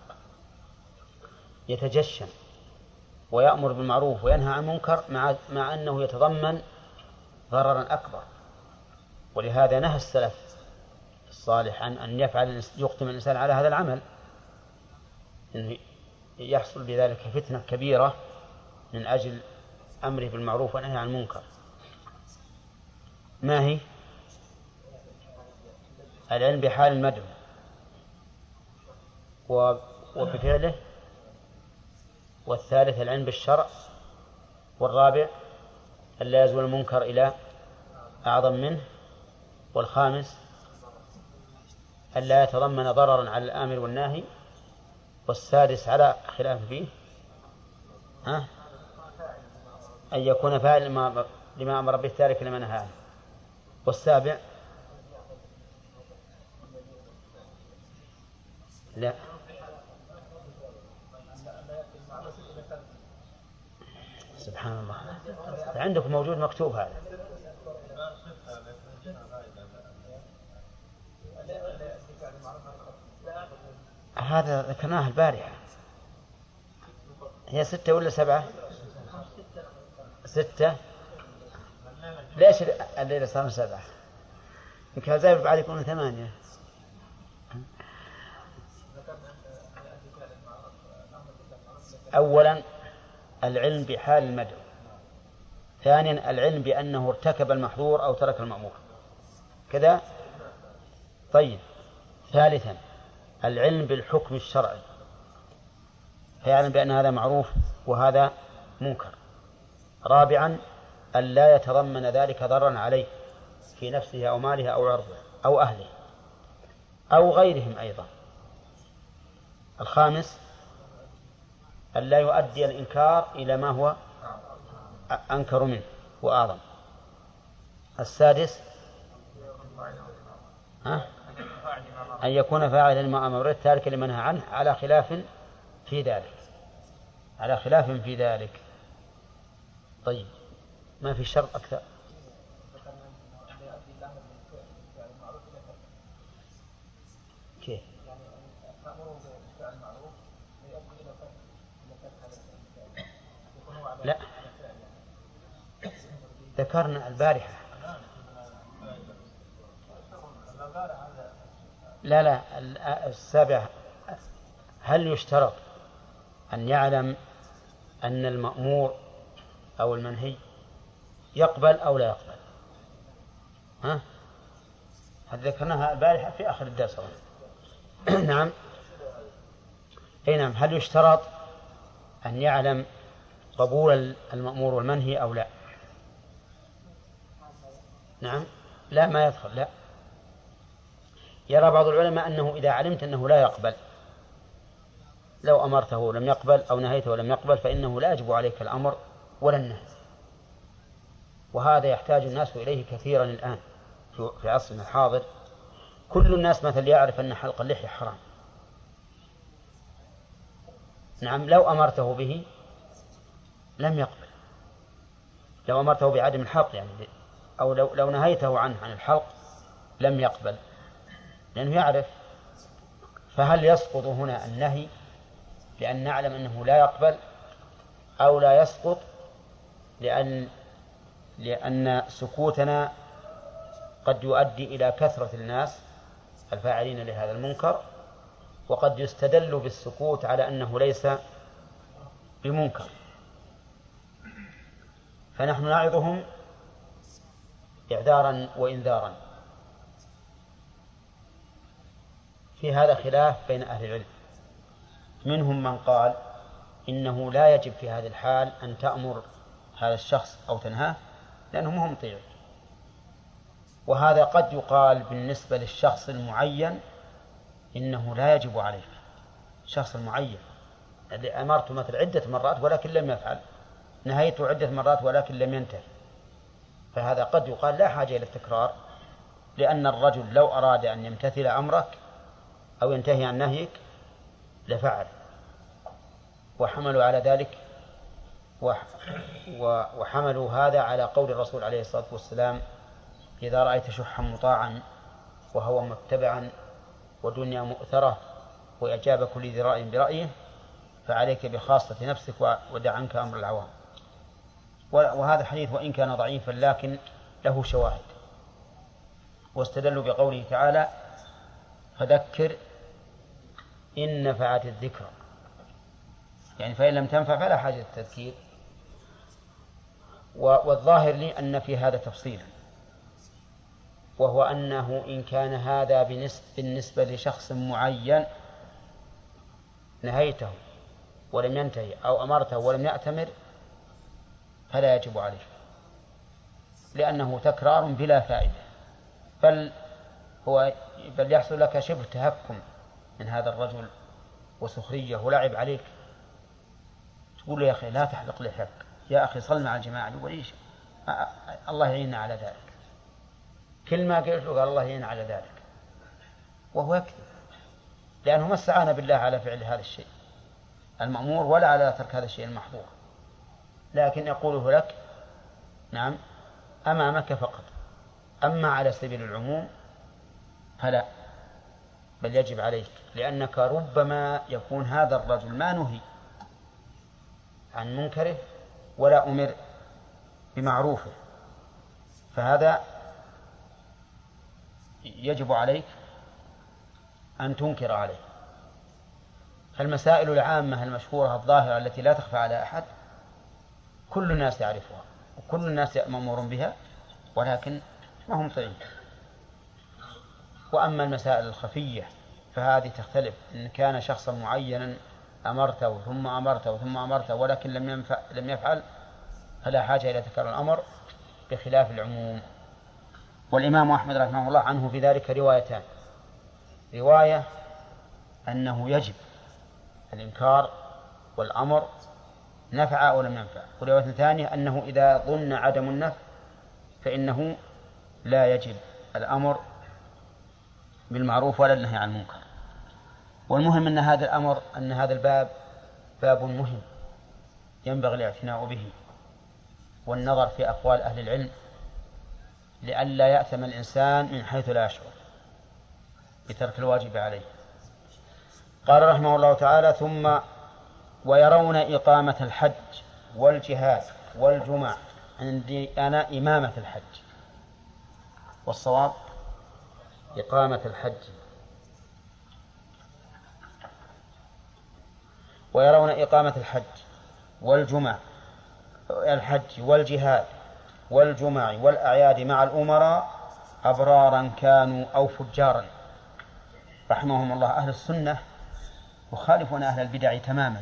يتجشم ويأمر بالمعروف وينهى عن المنكر مع أنه يتضمن ضررا أكبر. ولهذا نهى السلف الصالح عن أن يقدم الإنسان على هذا العمل، إنه يحصل بذلك فتنة كبيرة من أجل أمره بالمعروف والنهي عن المنكر. ما هي؟ العلم بحال المدعو وبفعله، والثالث العلم بالشرع، والرابع ألا يزول المنكر إلى أعظم منه، والخامس ألا يتضمن ضررا على الآمر والناهي، والسادس على خلاف فيه أن يكون فاعل لما أمر به التارك لما نهى عنه، والسابع لا سبحان الله عندكم موجود مكتوب هذا ذكرناه البارحة. هي 6 ولا 7؟ 6. ليش الليلة صار 7؟ يمكن زي بعد يكون 8. أولا العلم بحال المدعو، ثانيا العلم بأنه ارتكب المحظور أو ترك المأمور كذا. طيب. ثالثا العلم بالحكم الشرعي، فيعلم بأن هذا معروف وهذا منكر. رابعا أن لا يتضمن ذلك ضررا عليه في نفسه أو ماله أو عرضه أو أهله أو غيرهم أيضا. الخامس أن لا يؤدي الإنكار إلى ما هو أنكر منه وأعظم. السادس أن يكون فاعلا لما أمر التارك لما نهى عنه على خلاف في ذلك، على خلاف في ذلك. طيب ما في شرط أكثر. كيف؟ لا ذكرنا البارحة. لا السابع هل يشترط أن يعلم أن المأمور أو المنهي يقبل أو لا يقبل؟ هل ذكرناها البارحة في آخر الدرس؟ نعم. أي نعم. هل يشترط أن يعلم قبول المأمور والمنهي أو لا؟ نعم. لا ما يدخل. لا. يرى بعض العلماء أنه إذا علمت أنه لا يقبل، لو أمرته لم يقبل أو نهيته لم يقبل، فإنه لا يجب عليك الأمر ولا النهي. وهذا يحتاج الناس إليه كثيرا الآن في عصرنا الحاضر. كل الناس مثل يعرف أن حلق اللحية حرام. نعم. لو أمرته به لم يقبل، لو أمرته بعدم الحلق يعني، أو لو نهيته عنه عن الحلق لم يقبل، لأنه يعرف. فهل يسقط هنا النهي لأن نعلم أنه لا يقبل، أو لا يسقط لأن سكوتنا قد يؤدي إلى كثرة الناس الفاعلين لهذا المنكر، وقد يستدل بالسكوت على أنه ليس بمنكر، فنحن نعظهم إعذارا وإنذارا. في هذا خلاف بين أهل العلم، منهم من قال إنه لا يجب في هذه الحال أن تأمر هذا الشخص أو تنهاه لأنه مهم مطيع. وهذا قد يقال بالنسبة للشخص المعين إنه لا يجب عليك، الشخص المعين الذي أمرته مثل عدة مرات ولكن لم يفعل، نهيته عدة مرات ولكن لم ينتهي، فهذا قد يقال لا حاجة إلى التكرار لأن الرجل لو أراد أن يمتثل أمرك أو ينتهي عن نهيك لفعل، وحملوا على ذلك وحملوا هذا على قول الرسول عليه الصلاة والسلام: إذا رأيت شحا مطاعا وهوى متبعا ودنيا مؤثرة وإعجاب كل ذي رأي برأيه فعليك بخاصة نفسك ودع عنك أمر العوام. وهذا الحديث وإن كان ضعيفا لكن له شواهد، واستدلوا بقوله تعالى: فذكر إن نفعت الذكرى، يعني فإن لم تنفع فلا حاجة للتذكير. والظاهر لي أن في هذا تفصيلا، وهو أنه إن كان هذا بالنسبة لشخص معين نهيته ولم ينتهي أو أمرته ولم يأتمر فلا يجب عليه، لأنه تكرار بلا فائدة، بل يحصل لك شبه تهكم من هذا الرجل وسخرية ولعب عليك. تقول له: يا أخي لا تحلق لحيك، يا أخي صل مع الجماعة. يقول: إيش الله يعيننا على ذلك. كل ما قلت له قال: الله يعيننا على ذلك، وهو يكذب، لأنه ما استعان بالله على فعل هذا الشيء المأمور ولا على ترك هذا الشيء المحظور، لكن يقوله لك نعم أمامك فقط. أما على سبيل العموم فلا، بل يجب عليك، لأنك ربما يكون هذا الرجل ما نهي عن منكره ولا أمر بمعروفه، فهذا يجب عليك أن تنكر عليه. فالمسائل العامة المشهورة الظاهرة التي لا تخفى على أحد كل الناس يعرفها وكل الناس مأمور بها، ولكن ما هم طيب. وأما المسائل الخفية فهذه تختلف. إن كان شخصا معينا أمرته ثم أمرته ثم أمرته ولكن لم يفعل فلا حاجة إلى تكرار الأمر، بخلاف العموم. والإمام أحمد رحمه الله عنه في ذلك روايتان: رواية أنه يجب الإنكار والأمر نفع أو لم ينفع، ورواية ثانية أنه إذا ظن عدم النفع فإنه لا يجب الأمر بالمعروف ولا النهي عن المنكر. والمهم أن هذا الأمر أن هذا الباب باب مهم ينبغي الاعتناء به والنظر في أقوال أهل العلم لئلا يأثم الإنسان من حيث لا يشعر بترك الواجب عليه. قال رحمه الله تعالى: ثم ويرون إقامة الحج والجهاد والجمع. عندي أنا إمامة الحج، والصواب إقامة الحج. ويرون إقامة الحج والجهاد والجمع والأعياد مع الأمراء أبرارا كانوا أو فجارا. رحمهم الله. أهل السنة يخالفون أهل البدع تماما،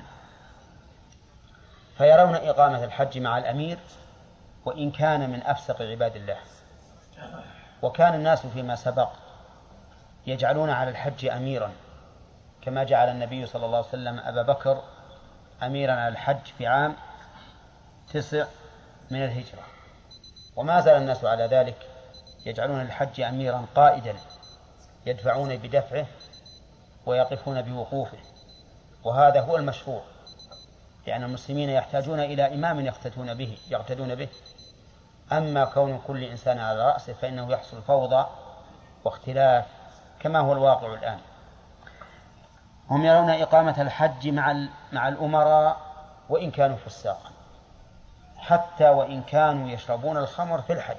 فيرون إقامة الحج مع الأمير وإن كان من أفسق عباد الله. وكان الناس فيما سبق يجعلون على الحج أميرا، كما جعل النبي صلى الله عليه وسلم أبا بكر أميرا على الحج في عام 9 من الهجرة، وما زال الناس على ذلك، يجعلون الحج أميرا قائدا يدفعون بدفعه ويقفون بوقوفه، وهذا هو المشروع، لأن المسلمين يحتاجون إلى إمام يقتدون به. أما كون كل إنسان على رأسه فإنه يحصل فوضى واختلاف كما هو الواقع الآن. هم يرون إقامة الحج مع الأمراء وإن كانوا فساقا، حتى وإن كانوا يشربون الخمر في الحج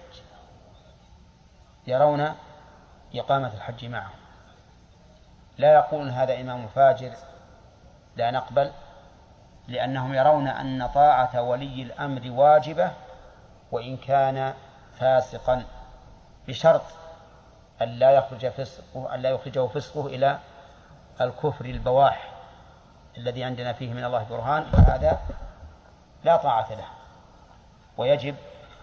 يرون إقامة الحج معهم. لا يقولون هذا إمام فاجر لا نقبل، لأنهم يرون أن طاعة ولي الأمر واجبة وإن كان فاسقا، بشرط أن لا يخرجه فسقه إلى الكفر البواح الذي عندنا فيه من الله برهان، وهذا لا طاعة له، ويجب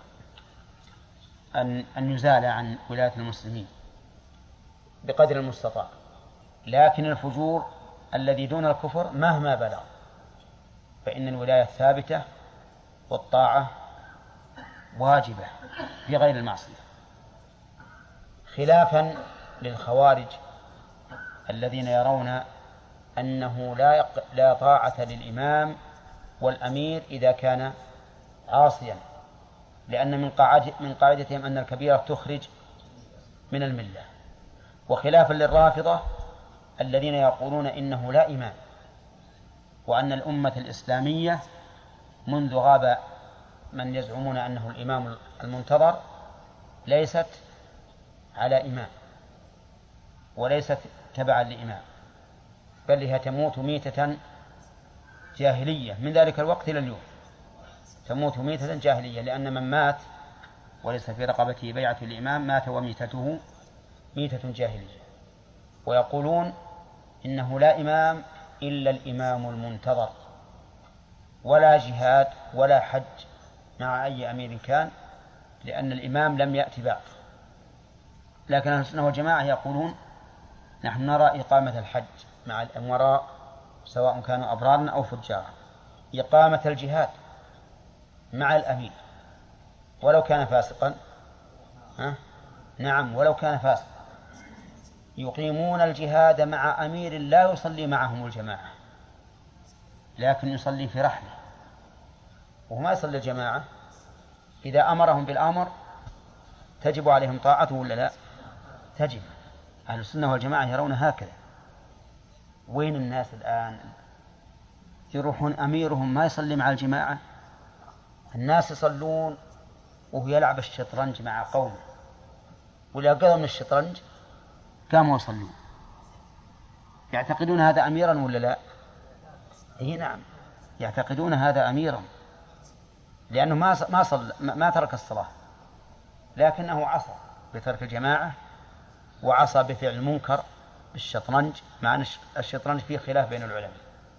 أن يزال عن ولاية المسلمين بقدر المستطاع. لكن الفجور الذي دون الكفر مهما بلغ فإن الولاية ثابتة والطاعة واجبة في غير المعصية. خلافا للخوارج الذين يرون أنه لا طاعة للإمام والأمير إذا كان عاصيا، لأن من قاعدتهم أن الكبيرة تخرج من الملة. وخلافا للرافضة الذين يقولون إنه لا إمام، وأن الأمة الإسلامية منذ غاب من يزعمون أنه الإمام المنتظر ليست على إمام وليست تبعا لإمام، بل هي تموت ميتة جاهلية من ذلك الوقت إلى اليوم، تموت ميتة جاهلية، لأن من مات وليس في رقبته بيعة الإمام مات وميتته ميتة جاهلية. ويقولون إنه لا إمام إلا الإمام المنتظر، ولا جهاد ولا حج مع أي أمير كان، لأن الإمام لم يأتي بعد. لكن أهل السنة والجماعة يقولون نحن نرى إقامة الحج مع الأمراء سواء كانوا أبرارا أو فجارا، إقامة الجهاد مع الأمير ولو كان فاسقا، نعم ولو كان فاسقا، يقيمون الجهاد مع أمير لا يصلي معهم الجماعة لكن يصلي في رحله وهو ما يصلي الجماعة. إذا أمرهم بالأمر تجب عليهم طاعته ولا لا؟ تجب. أهل السنة والجماعة يرون هكذا. وين الناس الآن يروحون أميرهم ما يصلي مع الجماعة؟ الناس يصلون وهو يلعب الشطرنج مع قومه، وإذا قضوا من الشطرنج قاموا يصلون. يعتقدون هذا أميرا ولا لا؟ إيه نعم، يعتقدون هذا أميرا، لأنه ما ترك الصلاة، لكنه عصى بترك الجماعة وعصى بفعل المنكر بالشطرنج، مع أن الشطرنج فيه خلاف بين العلماء.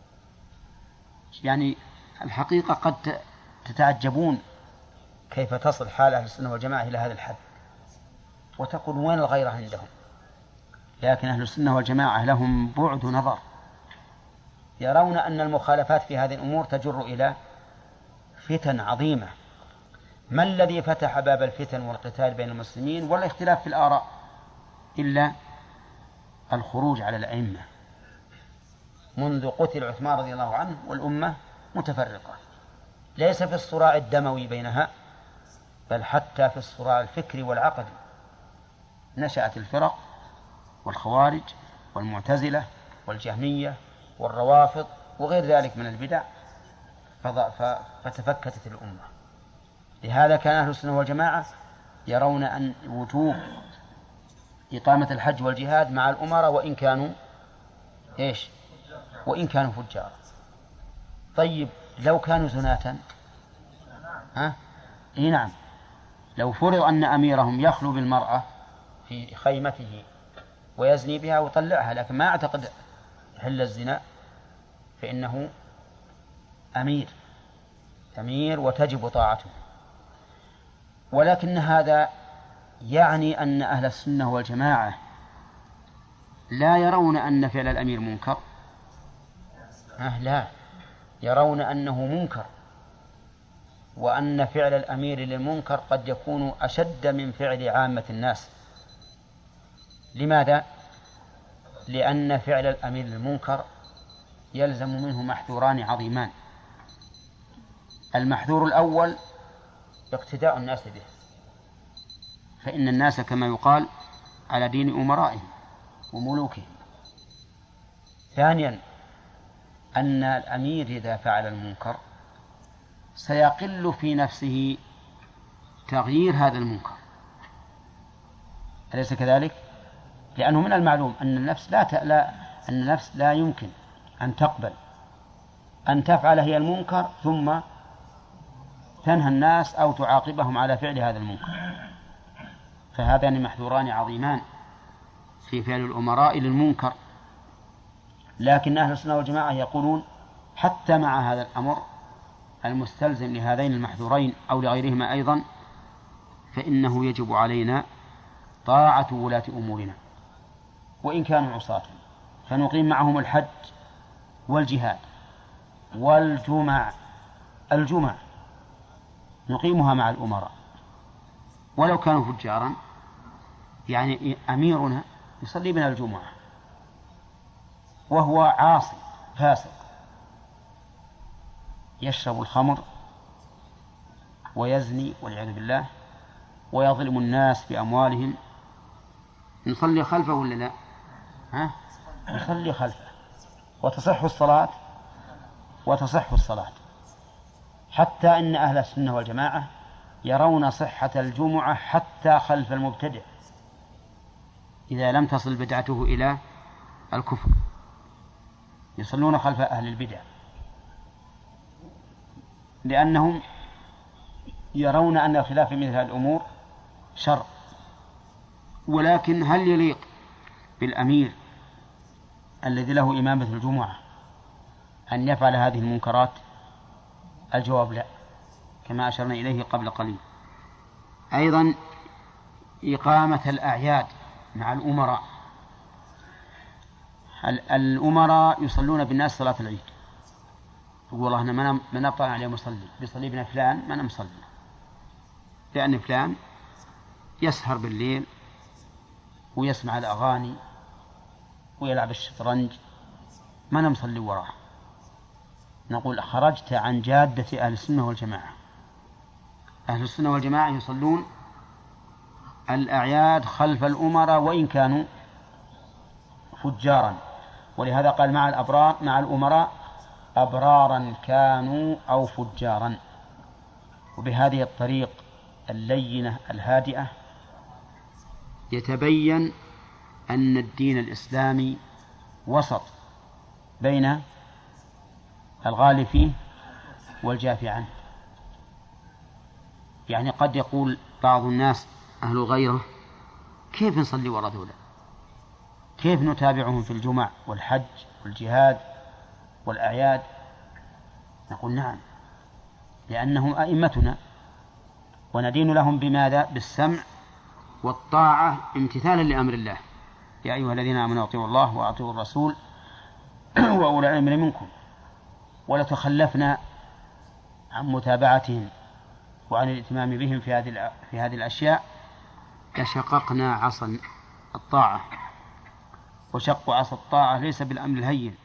يعني الحقيقة قد تتعجبون كيف تصل حال أهل السنة والجماعة إلى هذا الحد، وتقول وين الغيرة عندهم؟ لكن أهل السنة والجماعة لهم بعد نظر، يرون أن المخالفات في هذه الأمور تجر إلى فتن عظيمة. ما الذي فتح باب الفتن والقتال بين المسلمين والاختلاف في الآراء إلا الخروج على الأئمة؟ منذ قتل عثمان رضي الله عنه والأمة متفرقة، ليس في الصراع الدموي بينها بل حتى في الصراع الفكري والعقدي. نشأت الفرق والخوارج والمعتزلة والجهمية والروافض وغير ذلك من البدع فتفككت الأمة. لهذا كان أهل السنة والجماعة يرون أن وجوب إقامة الحج والجهاد مع الأمراء وإن كانوا وإن كانوا فجار. طيب لو كانوا زناة نعم، لو فرض أن أميرهم يخلو بالمرأة في خيمته ويزني بها ويطلعها، لكن ما أعتقد حل الزنا، فإنه أمير وتجب طاعته. ولكن هذا يعني أن أهل السنة والجماعة لا يرون أن فعل الأمير منكر، لا، يرون أنه منكر، وأن فعل الأمير للمنكر قد يكون أشد من فعل عامة الناس. لماذا؟ لأن فعل الأمير للمنكر يلزم منه محذوران عظيمان. المحذور الأول اقتداء الناس به، فإن الناس كما يقال على دين أمرائهم وملوكهم. ثانيا أن الأمير إذا فعل المنكر سيقل في نفسه تغيير هذا المنكر، أليس كذلك؟ لأنه من المعلوم أن النفس لا يمكن أن تقبل أن تفعل هي المنكر ثم تنهى الناس أو تعاقبهم على فعل هذا المنكر. فهذان محذوران عظيمان في فعل الأمراء للمنكر. لكن أهل السنة والجماعة يقولون حتى مع هذا الأمر المستلزم لهذين المحذورين أو لغيرهما أيضا، فإنه يجب علينا طاعة ولاة أمورنا وإن كانوا عصاة، فنقيم معهم الحج والجهاد يعني أميرنا يصلي بنا الجمعة وهو عاصي فاسق، يشرب الخمر ويزني والعياذ بالله ويظلم الناس بأموالهم، نصلي خلفه ولا لا؟ نصلي خلفه وتصح الصلاة، حتى إن أهل السنة والجماعة يرون صحة الجمعة حتى خلف المبتدع إذا لم تصل بدعته إلى الكفر، يصلون خلف أهل البدع لأنهم يرون أن الخلاف في مثل هذه الأمور شر. ولكن هل يليق بالأمير الذي له إمامة الجمعة أن يفعل هذه المنكرات؟ الجواب لا، كما أشرنا إليه قبل قليل. أيضا إقامة الأعياد مع الأمراء، الأمراء يصلون بالناس صلاة العيد، يقول والله أنا ما نبطل عليه مصلي، بيصلي بنا فلان ما نمصلي، لأن فلان يسهر بالليل ويسمع الأغاني ويلعب الشطرنج، ما نمصلي وراه. نقول خرجت عن جادة أهل السنة والجماعة. أهل السنة والجماعة يصلون الأعياد خلف الأمراء وإن كانوا فجارا، ولهذا قال مع الأمراء أبرارا كانوا أو فجارا. وبهذه الطريق اللينة الهادئة يتبين أن الدين الإسلامي وسط بين الغالي فيه والجافي عنه. يعني قد يقول بعض الناس أهل الغيرة كيف نصلي وراء ذولا؟ كيف نتابعهم في الجمع والحج والجهاد والأعياد؟ نقول نعم، لأنهم أئمتنا وندين لهم بماذا؟ بالسمع والطاعة امتثالا لأمر الله. يا أيها الذين آمنوا أطيعوا الله وأطيعوا الرسول وأولي الأمر منكم. ولتخلفنا عن متابعتهم وعن الائتمام بهم في هذه الأشياء لشققنا عصا الطاعة، وشق عصا الطاعة ليس بالأمر الهين،